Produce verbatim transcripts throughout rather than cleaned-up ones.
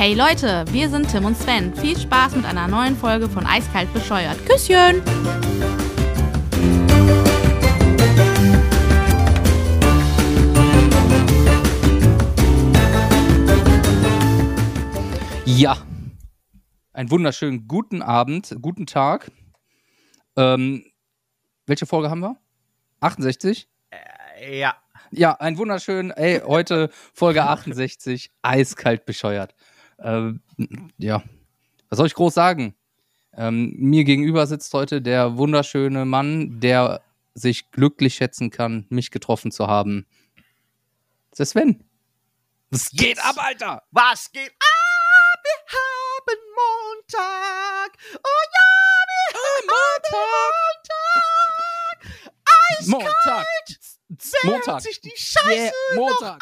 Hey Leute, wir sind Tim und Sven. Viel Spaß mit einer neuen Folge von Eiskalt bescheuert. Küsschen! Ja, einen wunderschönen guten Abend, guten Tag. Ähm, welche Folge haben wir? achtundsechzig? Äh, ja. Ja, einen wunderschönen, ey, heute Folge achtundsechzig, eiskalt bescheuert. Ähm, ja, was soll ich groß sagen? Ähm, mir gegenüber sitzt heute der wunderschöne Mann, der sich glücklich schätzen kann, mich getroffen zu haben. Das ist Sven. Was Yes. geht ab, Alter? Was geht ab? Wir haben Montag. Oh ja, wir haben Montag. Montag. Eiskalt. Montag. Während sich die Scheiße Yeah, Montag.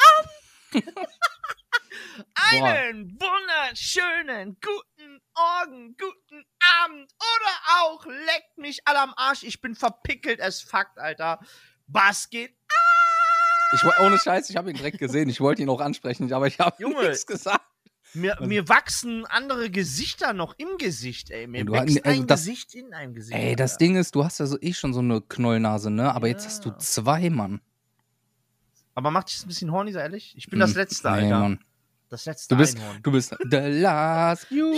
Einen wunderschönen guten Morgen, guten Abend oder auch leckt mich alle am Arsch. Ich bin verpickelt as fuck, Alter. Was geht ab? Ich, ohne Scheiß, ich habe ihn direkt gesehen. Ich wollte ihn auch ansprechen, aber ich habe nichts gesagt. Mir, mir wachsen andere Gesichter noch im Gesicht, ey. Mir Ja, du wächst hast- also ein das- Gesicht in einem Gesicht. Ey, das Alter. Ding ist, du hast ja so eh schon so eine Knollnase, ne? Aber Ja. jetzt hast du zwei, Mann. Aber macht dich das ein bisschen horny, sei ehrlich? Ich bin das Hm, letzte, nee, Alter. Mann. Das letzte Du bist, Einhorn. du bist the last unicorn.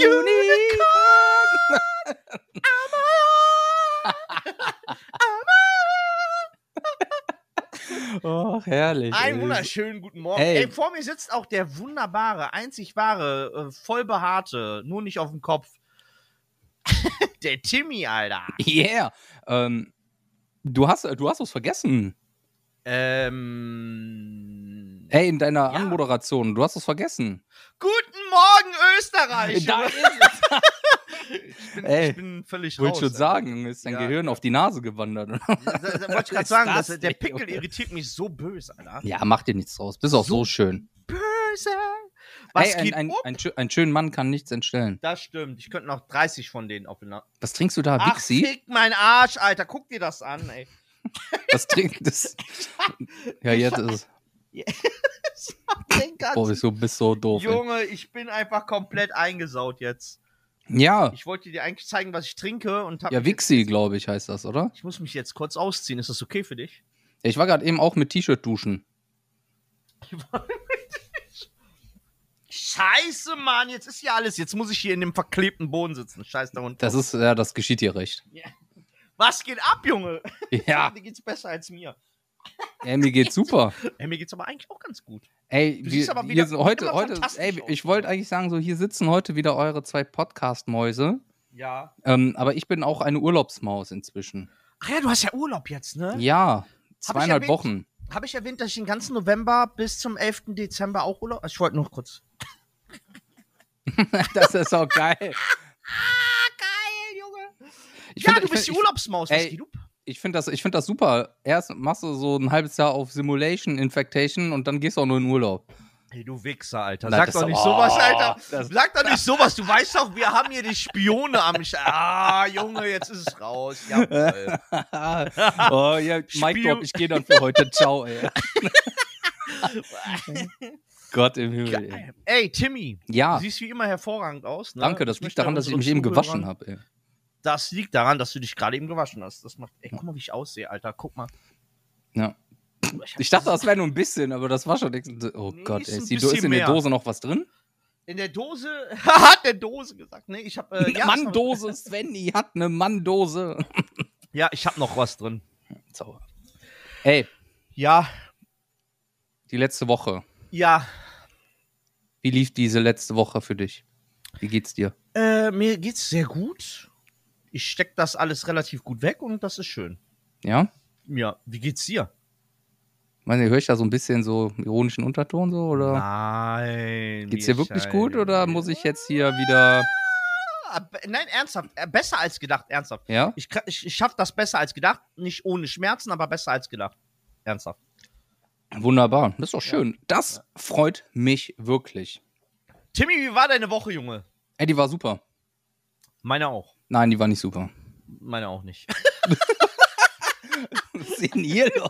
Oh, herrlich. Einen ey. wunderschönen guten Morgen. Ey. Ey, vor mir sitzt auch der wunderbare, einzig wahre, äh, voll behaarte, nur nicht auf dem Kopf. Der Timmy, Alter. Yeah. Ähm, du hast, du hast was vergessen. Ähm. Ey, in deiner Ja. Anmoderation, du hast was vergessen. Guten Morgen, Österreich. Da Junge. ist es. Ich bin, Ey, ich bin völlig Ich wollte raus. schon Alter. sagen, ist dein Ja. Gehirn auf die Nase gewandert. Da, da wollte ich Was gerade ist sagen, das dass, der denn, Pickel Junge? irritiert mich so böse, Alter. Ja, mach dir nichts draus. Bist auch so, So schön. Böse. Was Hey, ein, geht ein, um? ein, schö- einen schönen Mann kann nichts entstellen. Das stimmt. Ich könnte noch dreißig von denen aufeinander. Was trinkst du da, Ach, Wixi? fick mein Arsch, Alter. Guck dir das an, ey. Was trinkt das? Ja, jetzt ist es. Den ganzen- Boah, du bist so doof. Ey. Junge, ich bin einfach komplett eingesaut jetzt. Ja, Ich wollte dir eigentlich zeigen, was ich trinke und hab ja, mich Wixi, jetzt- glaube ich, heißt das, oder? Ich muss mich jetzt kurz ausziehen. Ist das okay für dich? Ja, ich war gerade eben auch mit T-Shirt duschen. Scheiße, Mann. Jetzt ist hier alles. Jetzt muss ich hier in dem verklebten Boden sitzen. Scheiß da unten. Das ist, ja, das geschieht dir recht. Was geht ab, Junge? Ja, Dir geht's besser als mir. ey, mir geht's super. Ey, mir geht's aber eigentlich auch ganz gut. Ey, Du wir, siehst aber hier wieder sind heute, immer heute, fantastisch ey, aus, ich wollte Junge. eigentlich sagen, so, hier sitzen heute wieder eure zwei Podcast-Mäuse. Ja. Ähm, aber ich bin auch eine Urlaubsmaus inzwischen. Ach ja, du hast ja Urlaub jetzt, ne? Ja, zweieinhalb erwähnt? Wochen. Habe ich erwähnt, dass ich den ganzen November bis zum elften Dezember auch Urlaub... Also ich wollte noch kurz... Das ist auch geil. Ah, geil, Junge. Ich ja, find- du ich bist find- die Urlaubsmaus. Was ey, geht ab? Ich finde das, ich find das super. Erst machst du so ein halbes Jahr auf Simulation, Infectation und dann gehst du auch nur in Urlaub. Hey, du Wichser, Alter. Na, Sag das doch ist- nicht sowas, oh, Alter. das- Sag doch nicht sowas. Du weißt doch, wir haben hier die Spione am... Sch ah, Junge, jetzt ist es raus. Jawohl. Oh ja, Mic Spiel- Drop, ich gehe dann für heute. Ciao, ey. Gott im Himmel, ey. Geil. Ey, Timmy. Ja, Du siehst wie immer hervorragend aus. Ne? danke, das Ich liegt möchte daran, dass ich unsere mich eben Zuhörer- gewaschen habe, ey. Das liegt daran, dass du dich gerade eben gewaschen hast. Das macht. Ey, guck mal, wie ich aussehe, Alter. Guck mal. Ja. hab- Ich dachte, das wäre nur ein bisschen, aber das war schon nichts. Oh Nee, Gott, ist ey. ein Ist, die Do- bisschen ist in der mehr. Dose noch was drin? In der Dose. Hat der Dose gesagt. Nee, ich hab. Äh, ja, ist noch- Manndose, Svenny hat eine Manndose. Ja, ich hab noch was drin. Sauer. Ey, Ja, die letzte Woche. ja. Wie lief diese letzte Woche für dich? Wie geht's dir? Äh, mir geht's sehr gut. Ich steck das alles relativ gut weg und das ist schön. Ja? Ja, wie geht's dir? Meine, höre ich da so ein bisschen so ironischen Unterton so oder Nein. geht's dir wirklich gut oder muss ich jetzt hier wieder Ah, be- Nein, ernsthaft. Äh, Besser als gedacht, ernsthaft. ja? Ich, kra- ich, ich schaff das besser als gedacht. Nicht ohne Schmerzen, aber besser als gedacht. Ernsthaft. Wunderbar, das ist doch schön. Das freut mich wirklich. Timmy, wie war deine Woche, Junge? Ey, die war super. Meine auch. Nein, die war nicht super. Meine auch nicht. Was ist denn hier los?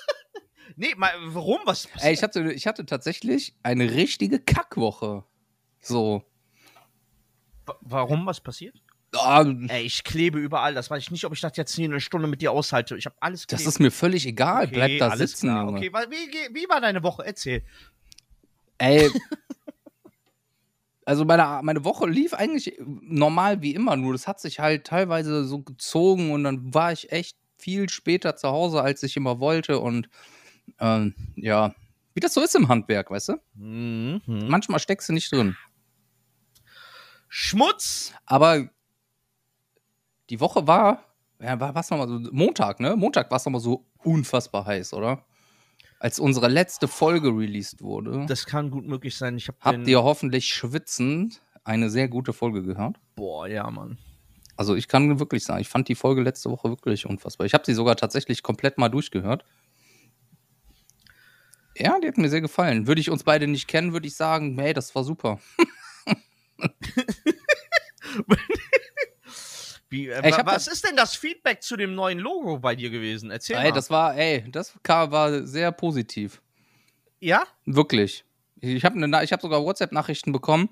Nee, mal, warum? Was passiert? Ey, ich hatte, ich hatte tatsächlich eine richtige Kackwoche. So. W- warum? Was passiert? Ah, Ey, ich klebe überall. Das weiß ich nicht, ob ich das jetzt hier eine Stunde mit dir aushalte. Ich habe alles das geklebt. ist mir völlig egal. Okay, Bleib da alles sitzen, klar. Junge. Okay, wa- wie, ge- wie war deine Woche? Erzähl. Ey. Also meine, meine Woche lief eigentlich normal wie immer, nur das hat sich halt teilweise so gezogen und dann war ich echt viel später zu Hause, als ich immer wollte und ähm, ja, wie das so ist im Handwerk, weißt du? Mhm. Manchmal steckst du nicht drin. Schmutz. Aber die Woche war, ja, war was nochmal so, Montag, ne? Montag war es nochmal so unfassbar heiß, oder? Als unsere letzte Folge released wurde, Das kann gut möglich sein. Ich hab habt den, ihr hoffentlich schwitzend eine sehr gute Folge gehört. Boah, ja, Mann. Also ich kann wirklich sagen, ich fand die Folge letzte Woche wirklich unfassbar. Ich habe sie sogar tatsächlich komplett mal durchgehört. Ja, die hat mir sehr gefallen. Würde ich uns beide nicht kennen, würde ich sagen, hey, das war super. Wie, äh, Ey, ich wa- hab was das- ist denn das Feedback zu dem neuen Logo bei dir gewesen? Erzähl Ey, mal. das war, ey, das kam, war sehr positiv. Ja? Wirklich. Ich habe ne, ich hab sogar WhatsApp-Nachrichten bekommen.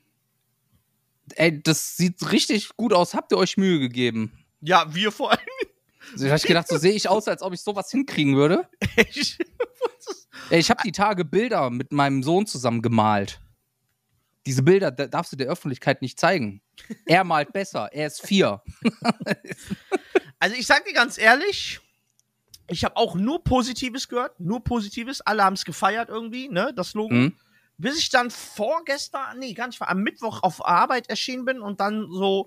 Ey, das sieht richtig gut aus. Habt ihr euch Mühe gegeben? Ja, wir vor allem. Da hab ich gedacht, so sehe ich aus, als ob ich sowas hinkriegen würde. Ich- Ey, ich habe die Tage Bilder mit meinem Sohn zusammen gemalt. Diese Bilder da darfst du der Öffentlichkeit nicht zeigen. Er malt besser. Er ist vier. Also ich sag dir ganz ehrlich, ich habe auch nur Positives gehört, nur Positives. Alle haben es gefeiert irgendwie, ne, das Logo. Mhm. Bis ich dann vorgestern, nee, gar nicht, am Mittwoch auf Arbeit erschienen bin und dann so,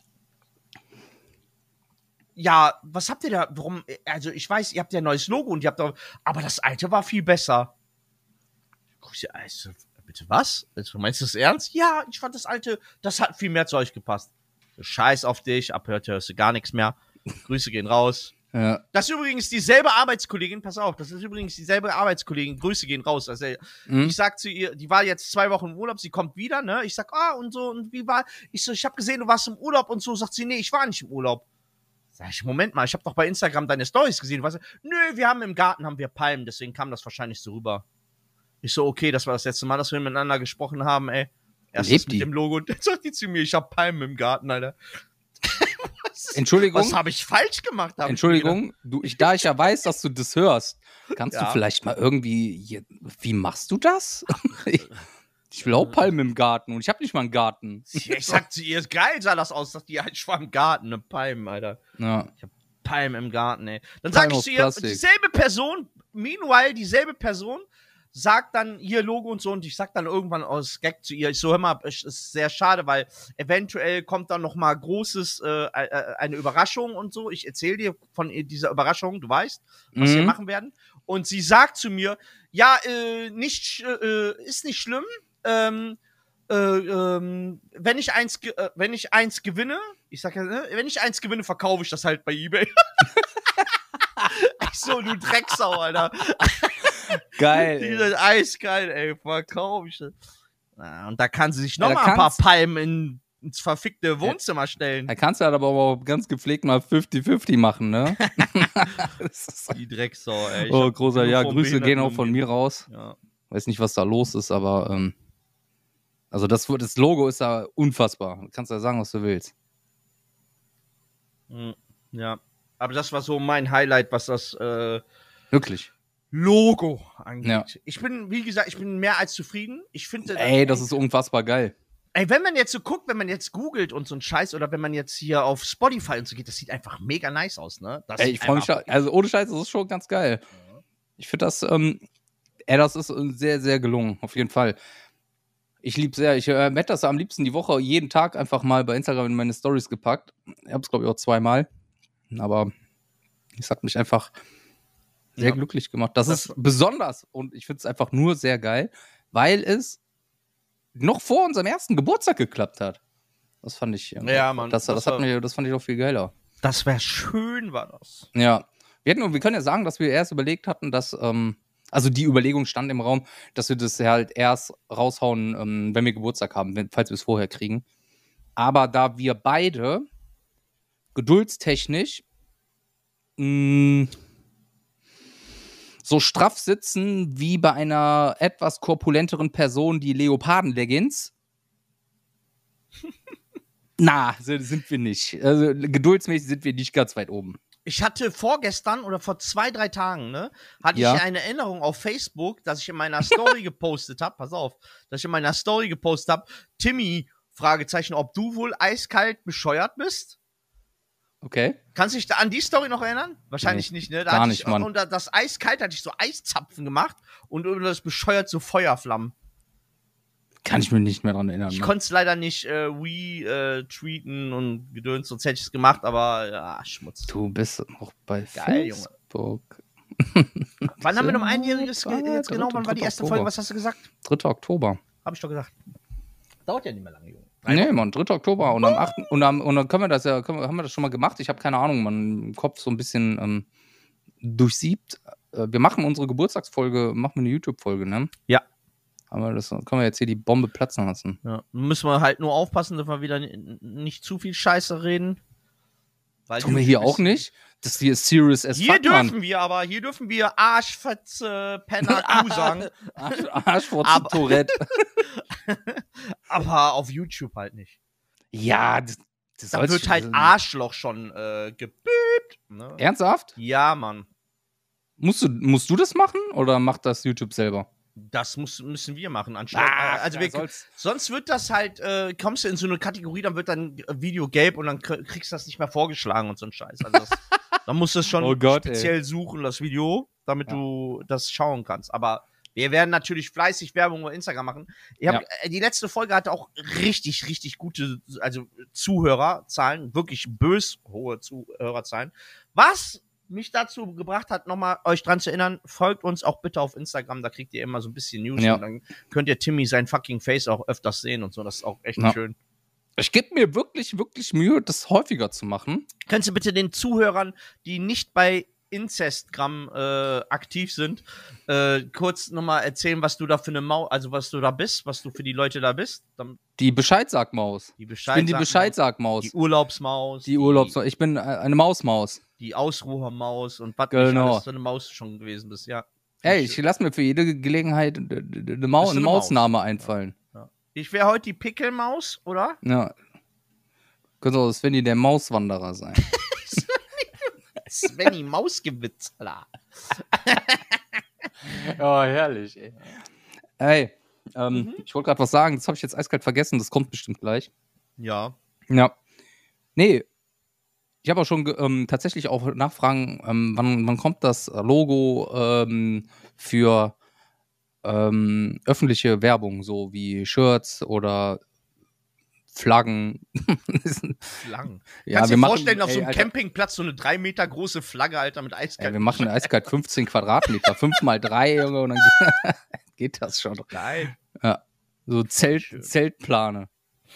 ja, was habt ihr da, warum, also ich weiß, ihr habt ja ein neues Logo und ihr habt da, aber das alte war viel besser. Guck ich, also, bitte was? Also, meinst du das ernst? Ja, ich fand das alte, das hat viel mehr zu euch gepasst. So, Scheiß auf dich, abhört hörst du gar nichts mehr. Grüße gehen raus. Ja. Das ist übrigens dieselbe Arbeitskollegin, pass auf, das ist übrigens dieselbe Arbeitskollegin, Grüße gehen raus. Also, Mhm. ich sag zu ihr, die war jetzt zwei Wochen im Urlaub, sie kommt wieder, ne? Ich sag, ah, und so, und wie war, ich so, ich habe gesehen, du warst im Urlaub und so, sagt sie, nee, ich war nicht im Urlaub. Sag ich, Moment mal, ich habe doch bei Instagram deine Stories gesehen. Du warst, nö, wir haben im Garten, haben wir Palmen, deswegen kam das wahrscheinlich so rüber. Ich so, okay, das war das letzte Mal, dass wir miteinander gesprochen haben, ey. Erst Lebt mit die? dem Logo und dann sagt die zu mir, ich hab Palmen im Garten, Alter. Was ist- Entschuldigung. Was habe ich falsch gemacht? Hab ich mir Entschuldigung, du, ich, da ich ja weiß, dass du das hörst, kannst Ja. du vielleicht mal irgendwie, hier- wie machst du das? ich, ich will auch Palmen im Garten und ich habe nicht mal einen Garten. gedacht. Ich sag zu ihr, geil sah das aus. Sagt die, ja, ich war im Garten, ne Palmen, Alter. Ja. Palmen im Garten, ey. Dann sag Palmen ich aus zu ihr, Plastik. dieselbe Person, meanwhile, dieselbe Person, sagt dann hier Logo und so und ich sag dann irgendwann aus Gag zu ihr, ich so, hör mal, es ist sehr schade, weil eventuell kommt dann noch mal großes, äh, äh, eine Überraschung und so. Ich erzähle dir von dieser Überraschung, du weißt, was Mhm. wir machen werden. Und sie sagt zu mir, ja, äh, nicht, sch- äh, ist nicht schlimm, ähm, äh, ähm, wenn ich eins, ge- äh, wenn ich eins gewinne, ich sag ja, ne, wenn ich eins gewinne, verkaufe ich das halt bei eBay. Ich so, du Drecksau, Alter. Geil. Die Ey. sind eiskalt, ey, verkauf ich das. Ja, und da kann sie sich noch Ja, da mal ein paar kannst- Palmen in, ins verfickte Wohnzimmer stellen. Da kannst du halt aber auch ganz gepflegt mal fünfzig fünfzig machen, ne? Das ist- Die Drecksau, ey. Ich oh, hab großer, nur ja, vom Grüße gehen auch Behinderten von mir raus. Ja. Weiß nicht, was da los ist, aber ähm, also das, das Logo ist da unfassbar. Du kannst ja sagen, was du willst. Hm, ja. Aber das war so mein Highlight, was das äh, Wirklich. Logo angeht. Ja. Ich bin, wie gesagt, ich bin mehr als zufrieden. Ich finde, Ey, das ist unfassbar geil. ey, wenn man jetzt so guckt, wenn man jetzt googelt und so ein Scheiß oder wenn man jetzt hier auf Spotify und so geht, das sieht einfach mega nice aus, ne? Das Ey, sieht ich freue mich da, einfach- also ohne Scheiß, das ist schon ganz geil. Ich finde das, ähm, ey, das ist äh, sehr, sehr gelungen, auf jeden Fall. Ich liebe sehr, ich äh, hätte das am liebsten die Woche jeden Tag einfach mal bei Instagram in meine Stories gepackt. Ich habe es, glaube ich, auch zweimal. Aber es hat mich einfach sehr Ja. glücklich gemacht. Das, Das- ist besonders und ich finde es einfach nur sehr geil, weil es noch vor unserem ersten Geburtstag geklappt hat. Das fand ich, irgendwie- Ja, Mann, Das, das, das hat war- mir, das fand ich auch viel geiler. Das wäre schön, war das. Ja. Wir, hätten, wir können ja sagen, dass wir erst überlegt hatten, dass, ähm, also die Überlegung stand im Raum, dass wir das halt erst raushauen, ähm, wenn wir Geburtstag haben, wenn, falls wir es vorher kriegen. Aber da wir beide geduldstechnisch mh, so straff sitzen wie bei einer etwas korpulenteren Person die Leoparden-Leggings, Na, so sind wir nicht. Also geduldsmäßig sind wir nicht ganz weit oben. Ich hatte vorgestern oder vor zwei, drei Tagen, ne, hatte Ja. ich eine Erinnerung auf Facebook, dass ich in meiner Story gepostet habe, pass auf, dass ich in meiner Story gepostet habe, Timmy, Fragezeichen, ob du wohl eiskalt bescheuert bist? Okay. Kannst du dich da an die Story noch erinnern? Wahrscheinlich Nee, nicht, ne? Da gar hatte nicht, ich, Mann. Und das eiskalt hatte ich so Eiszapfen gemacht und über das bescheuert so Feuerflammen. Kann ich mich nicht mehr dran erinnern. Ich Mann. konnte es leider nicht äh, retweeten und gedöns, sonst hätte ich es gemacht, aber ja, Schmutz. Du bist noch bei Geil, Junge. Facebook. Wann haben wir noch ein einjähriges Dritter, ge- jetzt genau? Wann war die dritter erste Oktober. Folge? Was hast du gesagt? dritter Oktober. Hab ich doch gesagt. Dauert ja nicht mehr lange, Junge. Drei Nee, Wochen. Mann, dritter Oktober. Und am achten Und, am, und dann können wir das ja, können wir, haben wir das schon mal gemacht? Ich habe keine Ahnung, man im Kopf so ein bisschen ähm, durchsiebt. Äh, wir machen unsere Geburtstagsfolge, machen wir eine YouTube-Folge, ne? Ja. Aber das können wir jetzt hier die Bombe platzen lassen. Ja. Müssen wir halt nur aufpassen, dass wir wieder n- nicht zu viel Scheiße reden. Weil Tun wir YouTube hier ist- auch nicht? Das hier ist serious as Hier fuck, Mann. dürfen wir aber, hier dürfen wir Arschfetze, Penner, Kuh sagen. Arsch, Arschwurz Aber- Tourette. Aber auf YouTube halt nicht. Ja, das, das Da soll's wird schon- halt Arschloch schon äh, gebüht. Ne? Ernsthaft? Ja, Mann. Musst du, musst du das machen oder macht das YouTube selber? Das muss, müssen wir machen. Anstatt, Ach, äh, also ja, wir, soll's- sonst wird das halt, äh, kommst du in so eine Kategorie, dann wird dann äh, Video gelb und dann kr- kriegst du das nicht mehr vorgeschlagen und so ein Scheiß. Also das, dann musst du es schon Oh Gott, speziell suchen, das Video, damit Ja. du das schauen kannst. Aber wir werden natürlich fleißig Werbung auf Instagram machen. Ich hab, Ja. äh, die letzte Folge hatte auch richtig, richtig gute, also Zuhörerzahlen, wirklich bös hohe Zuhörerzahlen. Was mich dazu gebracht hat, nochmal euch dran zu erinnern, folgt uns auch bitte auf Instagram, da kriegt ihr immer so ein bisschen News Ja. und dann könnt ihr Timmy sein fucking Face auch öfters sehen und so, das ist auch echt Ja. schön. Ich gebe mir wirklich, wirklich Mühe, das häufiger zu machen. Kannst du bitte den Zuhörern, die nicht bei Incestgramm äh, aktiv sind, äh, kurz nochmal erzählen, was du da für eine Maus, also was du da bist, was du für die Leute da bist? Dann Die Bescheidsagmaus. die Ich Bescheid bin die Bescheidsagmaus. die Urlaubsmaus, Die Urlaubsmaus. Ich bin äh, eine Mausmaus. die Ausruhermaus und was Genau. nicht alles für eine Maus schon gewesen bist, ja. Ey, ich lasse mir für jede Gelegenheit eine Mau Bist du einen eine Maus? Mausname einfallen. Ich wäre heute die Pickelmaus, oder? Ja. Könnte auch Svenny der Mauswanderer sein. Svenny Mausgewitz, Alter. Oh, herrlich, ey. Ey, ähm, Mhm. ich wollte gerade was sagen, das habe ich jetzt eiskalt vergessen, das kommt bestimmt gleich. Ja. Ja. Nee, ich habe auch schon ge- ähm, tatsächlich auch Nachfragen, ähm, wann, wann kommt das Logo ähm, für ähm, öffentliche Werbung, so wie Shirts oder Flaggen. Flaggen. Ja, Kannst wir dir machen, vorstellen, auf so ey, einem Alter, Campingplatz so eine drei Meter große Flagge, Alter, mit ey, eiskalt. wir machen eiskalt fünfzehn Quadratmeter, fünf mal drei, Junge, und dann geht, geht das schon. Geil. So Zelt, Schön. Zeltplane.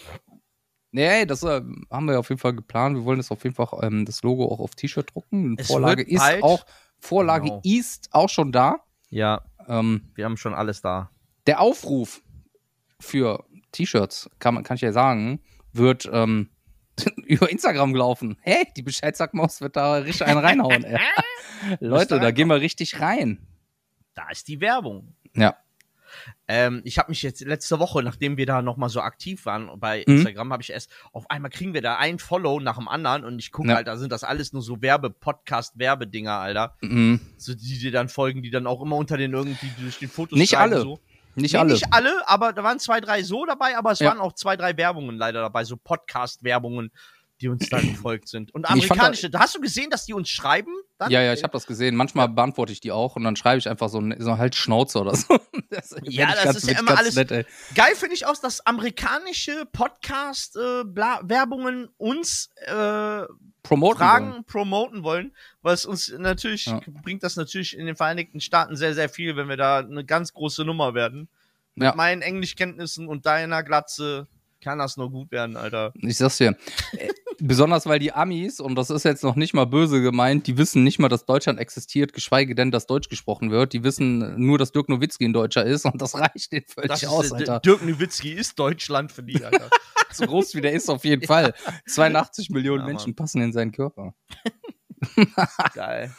Nee, das äh, haben wir auf jeden Fall geplant. Wir wollen das auf jeden Fall ähm, das Logo auch auf T-Shirt drucken. Es Vorlage wird ist bald- auch Vorlage Genau. ist auch schon da. Ja, Ähm, wir haben schon alles da. der Aufruf für T-Shirts, kann, man- kann ich ja sagen, wird ähm, über Instagram gelaufen. Hey, die Bescheidsackmaus wird da richtig einen reinhauen. Ey. Leute, da gehen wir richtig rein. Da ist die Werbung. Ja. Ähm, ich habe mich jetzt letzte Woche, nachdem wir da nochmal so aktiv waren bei Mhm. Instagram, habe ich erst, auf einmal kriegen wir da ein Follow nach dem anderen und ich gucke, Ja. Alter, sind das alles nur so Werbe-Podcast-Werbedinger, Alter. Mhm. So die dir dann folgen, die dann auch immer unter den irgendwie durch den Fotos Nicht schreiben, alle. So. Nicht Nee, alle. Nicht alle, aber da waren zwei, drei so dabei, aber es Ja. waren auch zwei, drei Werbungen leider dabei, so Podcast-Werbungen, die uns dann gefolgt sind. Und Ich fand amerikanische, hast du gesehen, dass die uns schreiben? Dann? Ja, ja, ich habe das gesehen. Manchmal beantworte ich die auch und dann schreibe ich einfach so, ein- so halt Schnauze oder so. Das, Ja, werd ich das ist ja werd ich immer ganz alles- Nett, ey. Geil finde ich auch, dass amerikanische Podcast-Werbungen uns äh, Promoten Fragen wollen. promoten wollen, was uns natürlich, Ja. bringt das natürlich in den Vereinigten Staaten sehr, sehr viel, wenn wir da eine ganz große Nummer werden. Mit Ja. meinen Englischkenntnissen und deiner Glatze kann das nur gut werden, Alter. Ich sag's dir. Äh, Besonders weil die Amis, und das ist jetzt noch nicht mal böse gemeint, die wissen nicht mal, dass Deutschland existiert, geschweige denn, dass Deutsch gesprochen wird. Die wissen nur, dass Dirk Nowitzki ein Deutscher ist und das reicht denen völlig Das ist, aus, äh, Alter. Dirk Nowitzki ist Deutschland für die, Alter. So groß wie der ist auf jeden Fall. zweiundachtzig Millionen Ja, Menschen Mann. passen in seinen Körper. Geil.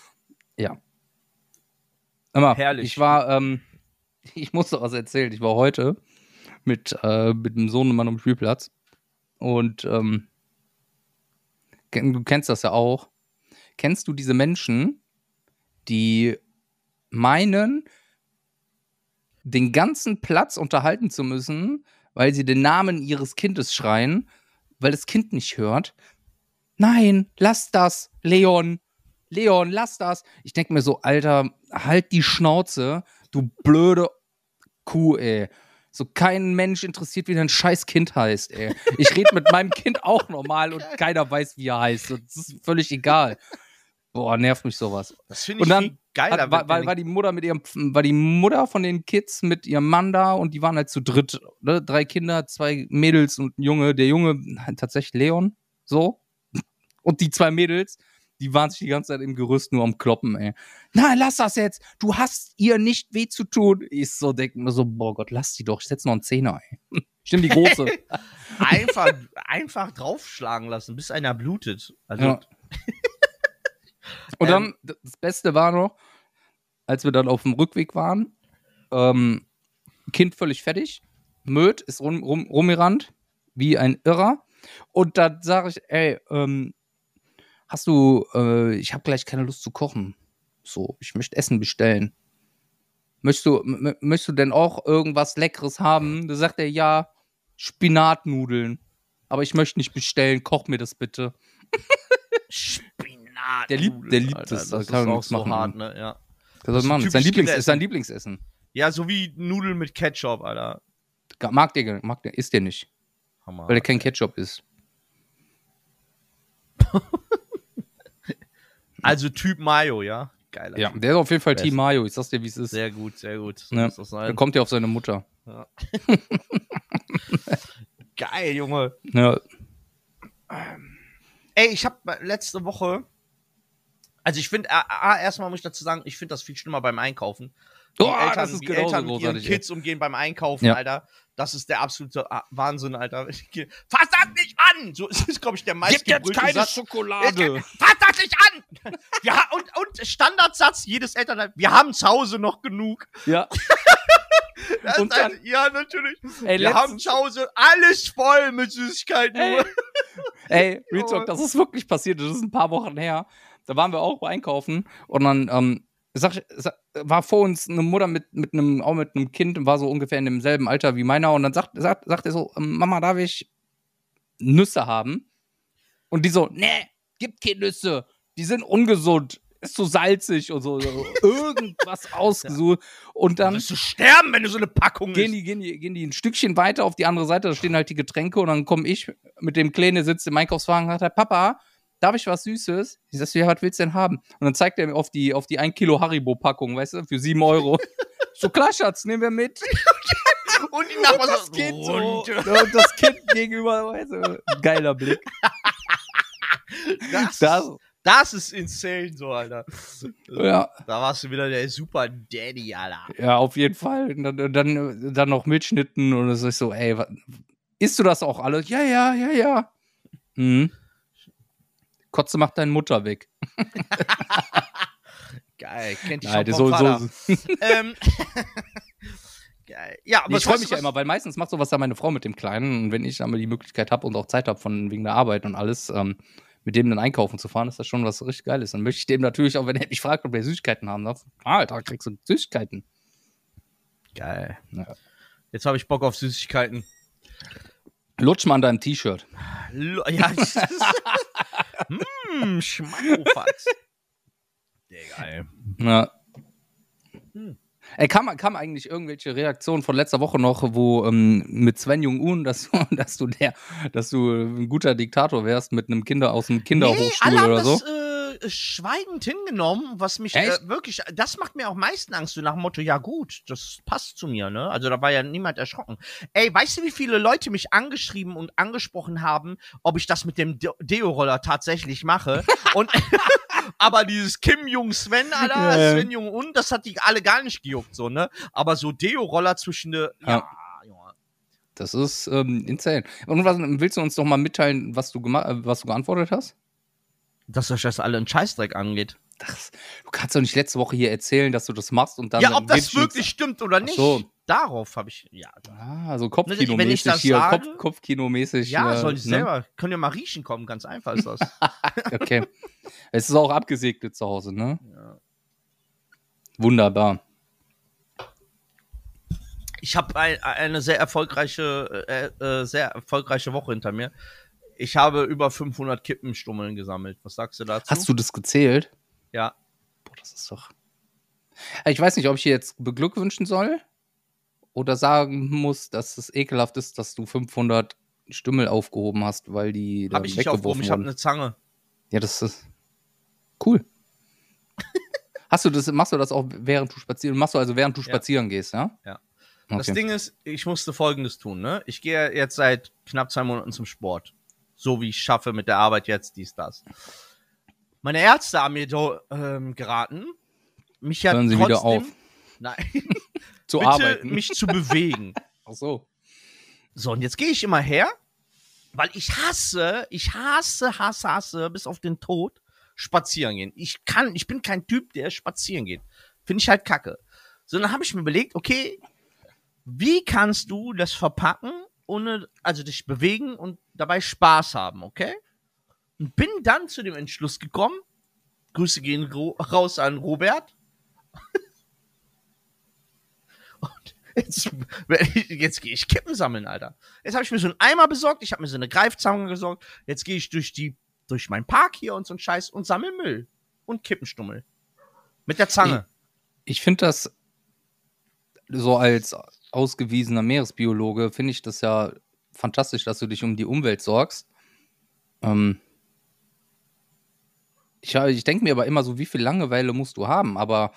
Immer, Herrlich. ich war, ähm, ich musste was erzählen. Ich war heute mit, äh, mit dem Sohnemann am Spielplatz Und ähm, du kennst das ja auch. Kennst du diese Menschen, die meinen, den ganzen Platz unterhalten zu müssen, weil sie den Namen ihres Kindes schreien, weil das Kind nicht hört? Nein, lass das, Leon. Leon, lass das. Ich denke mir so, Alter, halt die Schnauze, du blöde Kuh, ey. So kein Mensch interessiert, wie dein scheiß Kind heißt, ey. Ich rede mit meinem Kind auch normal und keiner weiß, wie er heißt. Das ist völlig egal. Boah, nervt mich sowas. Das finde ich Und dann viel geiler. hat, war, war, war die Mutter mit ihrem, war die Mutter von den Kids mit ihrem Mann da und die waren halt zu dritt. Ne? Drei Kinder, zwei Mädels und ein Junge. Der Junge, tatsächlich Leon, so. Und die zwei Mädels, die waren sich die ganze Zeit im Gerüst nur am Kloppen, ey. Nein, lass das jetzt. Du hast ihr nicht weh zu tun. Ich so denke mir so, boah Gott, lass die doch. Ich setze noch einen Zehner, ey. Ich nehme die große. einfach, einfach draufschlagen lassen, bis einer blutet. Also. Ja. Und dann, das Beste war noch, als wir dann auf dem Rückweg waren, ähm, Kind völlig fertig, Möd ist rum, rum, rumgerannt, wie ein Irrer. Und dann sage ich, ey, ähm, hast du, äh, ich habe gleich keine Lust zu kochen. So, ich möchte Essen bestellen. Möchtest du, m- möchtest du denn auch irgendwas Leckeres haben? Da sagt er, ja, Spinatnudeln. Aber ich möchte nicht bestellen, koch mir das bitte. Spinat. Der liebt, der liebt es. Das kann ist man auch nichts so machen. hart, ne? Ja. Das ist sein, typisch Lieblings, Kinderessen. ist sein Lieblingsessen. Ja, so wie Nudeln mit Ketchup, Alter. Mag der, mag der, isst der nicht. Hammer. Weil der kein Ketchup isst. Also Typ Mayo, ja? Geiler Ja, Typ. der ist auf jeden Fall Best. Team Mayo. Ich sag's dir, wie es ist. Sehr gut, sehr gut. So Ja. muss das sein. Dann kommt er auf seine Mutter. Ja. Geil, Junge. Ja. Ey, ich hab letzte Woche, also ich finde, erstmal muss ich dazu sagen, ich finde das viel schlimmer beim Einkaufen. Die Oh, Eltern, das ist wie genauso Eltern mit ihren großartig, ey. Kids umgehen beim Einkaufen, Ja. Alter. Das ist der absolute ah, Wahnsinn, Alter. Fass das nicht an! So ist es, glaube ich, der meistgebrüllte Satz. Schokolade. Fass das nicht an! Ja, und, und Standardsatz jedes Elternteil, wir haben zu Hause noch genug. Ja. Das Und ist halt, dann- ja, natürlich. Ey, wir letztens- haben zu Hause alles voll mit Süßigkeiten. Ey, Nur. ey Real Talk, das ist wirklich passiert. Das ist ein paar Wochen her. Da waren wir auch einkaufen und dann ähm, sag, sag, war vor uns eine Mutter mit, mit einem, auch mit einem Kind und war so ungefähr in demselben Alter wie meiner. Und dann sagt, sagt, sagt er so, ähm, Mama, darf ich Nüsse haben? Und die so, nee, gibt keine Nüsse. Die sind ungesund. Ist so salzig und so. so irgendwas ausgesucht. Und Dann dann wirst du sterben, wenn du so eine Packung gehen isst. die, gehen, die, gehen die ein Stückchen weiter auf die andere Seite, da stehen halt die Getränke und dann komme ich mit dem Kleinen, der sitzt im Einkaufswagen und sagt halt, Papa, darf ich was Süßes? Ich sag so, ja, was willst du denn haben? Und dann zeigt er mir auf die, auf die ein Kilo Haribo-Packung, weißt du, für sieben Euro. So, klar, Schatz, nehmen wir mit. Und die Nachbarn Das so, Kind so, runter. und das Kind gegenüber, weißt du, geiler Blick. Das, Das, das ist insane, so, Alter. ja, Da warst du wieder der Super Daddy, Alter. ja, auf jeden Fall. Und dann, dann, dann noch Milchschnitten und es ist so, ey, was, isst du das auch alles? Ja, ja, ja, ja. Mhm. Kotze macht deine Mutter weg. Geil, kennt die Nein, schon das vom so, Vater. so, Ähm, geil. Ja, aber ich freue weißt mich du, ja immer, weil meistens macht sowas ja meine Frau mit dem Kleinen und wenn ich dann mal die Möglichkeit habe und auch Zeit habe von wegen der Arbeit und alles, ähm, mit dem dann einkaufen zu fahren, ist das schon was richtig Geiles. Dann möchte ich dem natürlich auch, wenn er mich fragt, ob er Süßigkeiten haben darf, ah, Alter, kriegst du Süßigkeiten. Geil. Ja. Jetzt habe ich Bock auf Süßigkeiten. Lutsch mal an deinem T-Shirt. Lo- Ja, das ist- Hm, Schmackofatz. Der geil. Ja. Hm. Ey, kam, kam eigentlich irgendwelche Reaktionen von letzter Woche noch, wo ähm, mit Sven Jong-un, dass, du- dass du der, dass du ein guter Diktator wärst mit einem Kinder aus dem Kinderhochstuhl alle haben oder so? das äh, schweigend hingenommen, was mich Echt? äh, wirklich, das macht mir auch am meisten Angst, so nach dem Motto, ja gut, das passt zu mir, ne? Also da war ja niemand erschrocken. Ey, weißt du, wie viele Leute mich angeschrieben und angesprochen haben, ob ich das mit dem De- Deo-Roller tatsächlich mache? Und aber dieses Kim Jong-Sven, Alter, Ja, ja. Sven Jong-un, das hat die alle gar nicht gejuckt, so, ne? Aber so Deo-Roller zwischen de, ja, Ja. Junge. Das ist ähm, insane. Und was, willst du uns noch mal mitteilen, was du, gema- äh, was du geantwortet hast? Dass euch das alle einen Scheißdreck angeht. das, du kannst doch nicht letzte Woche hier erzählen, dass du das machst und dann. Ja, ob das gibt's wirklich nichts. stimmt oder nicht. Ach so. Darauf habe ich. Ja, Ah, so Wenn ich Kopfkino-mäßig das hier. sage- Kopf, Kopfkino-mäßig. ja äh, soll ich ne? selber. Können ja mal riechen kommen, ganz einfach ist das. Okay. Es ist auch abgesegnet zu Hause, ne? Ja. Wunderbar. Ich habe ein, eine sehr erfolgreiche, äh, äh, sehr erfolgreiche Woche hinter mir. Ich habe über fünfhundert Kippenstummeln gesammelt. Was sagst du dazu? Hast du das gezählt? Ja. Boah, das ist doch. Ich weiß nicht, ob ich hier jetzt beglückwünschen soll oder sagen muss, dass es ekelhaft ist, dass du fünfhundert Stümmel aufgehoben hast, weil die Habe dann ich nicht aufgehoben. weggeworfen Ich habe wurden. eine Zange. Ja, das ist cool. Hast du das, machst du das auch während du spazieren, machst du also während du Ja. spazieren gehst, ja? Ja. Okay. Das Ding ist, ich musste Folgendes tun, ne? Ich gehe jetzt seit knapp zwei Monaten zum Sport. So wie ich schaffe mit der Arbeit jetzt, dies, das. Meine Ärzte haben mir do, ähm, geraten, mich ja Hören Sie trotzdem, wieder auf. Nein, Zu bitte arbeiten. mich zu bewegen. Ach so. So, und jetzt gehe ich immer her, weil ich hasse, ich hasse, hasse, hasse, bis auf den Tod, spazieren gehen. Ich kann, ich bin kein Typ, der spazieren geht. Finde ich halt kacke. So, dann habe ich mir überlegt, okay, wie kannst du das verpacken, ohne, also dich bewegen und dabei Spaß haben, okay? Und bin dann zu dem Entschluss gekommen, Grüße gehen ro- raus an Robert. Und jetzt, jetzt gehe ich Kippen sammeln, Alter. Jetzt habe ich mir so einen Eimer besorgt, ich habe mir so eine Greifzange besorgt. Jetzt gehe ich durch die, durch meinen Park hier und so einen Scheiß und sammle Müll und Kippenstummel. Mit der Zange. Ich finde das so als ausgewiesener Meeresbiologe, finde ich das ja fantastisch, dass du dich um die Umwelt sorgst. Ähm ich ich denke mir aber immer so, wie viel Langeweile musst du haben? Aber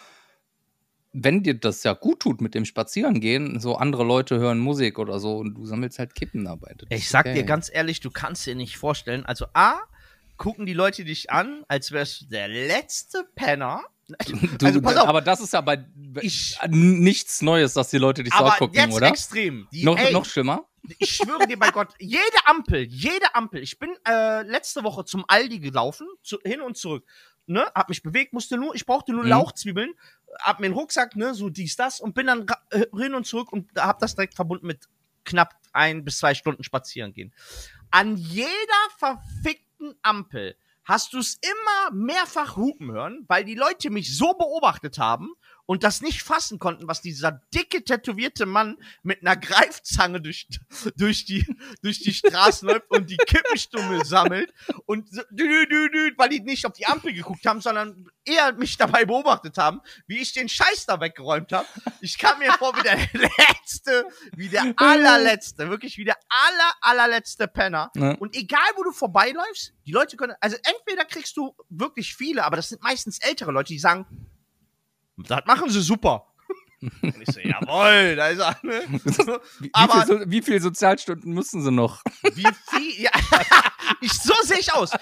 wenn dir das ja gut tut mit dem Spazierengehen, so andere Leute hören Musik oder so und du sammelst halt Kippen dabei. Das Ich ist sag okay. dir ganz ehrlich, du kannst dir nicht vorstellen. Also A, gucken die Leute dich an, als wärst du der letzte Penner. Du, Also pass auf, aber das ist ja bei Ich- nichts Neues, dass die Leute dich so aber angucken, jetzt oder? extrem. Die, Noch, ey, noch schlimmer? Ich schwöre dir bei Gott, jede Ampel, jede Ampel. Ich bin äh, letzte Woche zum Aldi gelaufen, zu, hin und zurück. Ne, hab mich bewegt, musste nur, ich brauchte nur Mhm. Lauchzwiebeln, hab mir einen Rucksack, ne, so dies, das und bin dann ra- äh, hin und zurück und hab das direkt verbunden mit knapp ein bis zwei Stunden spazieren gehen. An jeder verfickten Ampel hast du es immer mehrfach hupen hören, weil die Leute mich so beobachtet haben und das nicht fassen konnten, was dieser dicke, tätowierte Mann mit einer Greifzange durch, durch, die, durch die Straßen läuft und die Kippenstummel sammelt und so, dü, dü, dü, dü, weil die nicht auf die Ampel geguckt haben, sondern eher mich dabei beobachtet haben, wie ich den Scheiß da weggeräumt habe. Ich kam mir vor wie der letzte, wie der allerletzte, wirklich wie der aller, allerletzte Penner. Ja. Und egal, wo du vorbeiläufst, die Leute können, also entweder kriegst du wirklich viele, aber das sind meistens ältere Leute, die sagen, das machen sie super. Und ich so, jawohl, da ist er. Ne? Wie, Aber- wie, viel, so, wie viele Sozialstunden müssen sie noch? Wie viel? Ja, ich, so sehe ich aus.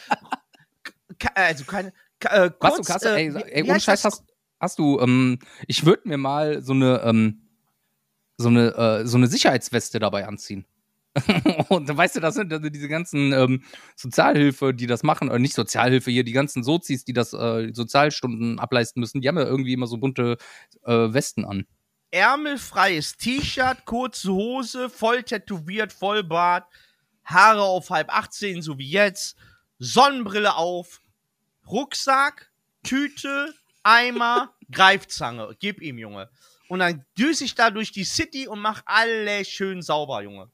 Ke- Also keine. ke- Äh, Was kurz, du kannst, äh, ey, wie- ey wie ohne heißt Scheiß, das? hast, hast du, ähm, ich würde mir mal so eine, ähm, so eine, äh, so eine Sicherheitsweste dabei anziehen. Und dann weißt du, das sind also diese ganzen ähm, Sozialhilfe, die das machen, oder nicht Sozialhilfe hier, die ganzen Sozis, die das äh, Sozialstunden ableisten müssen, die haben ja irgendwie immer so bunte äh, Westen an. Ärmelfreies T-Shirt, kurze Hose, voll tätowiert, Vollbart, Haare auf halb achtzehn, so wie jetzt, Sonnenbrille auf, Rucksack, Tüte, Eimer, Greifzange. Gib ihm, Junge. Und dann düse ich da durch die City und mach alles schön sauber, Junge.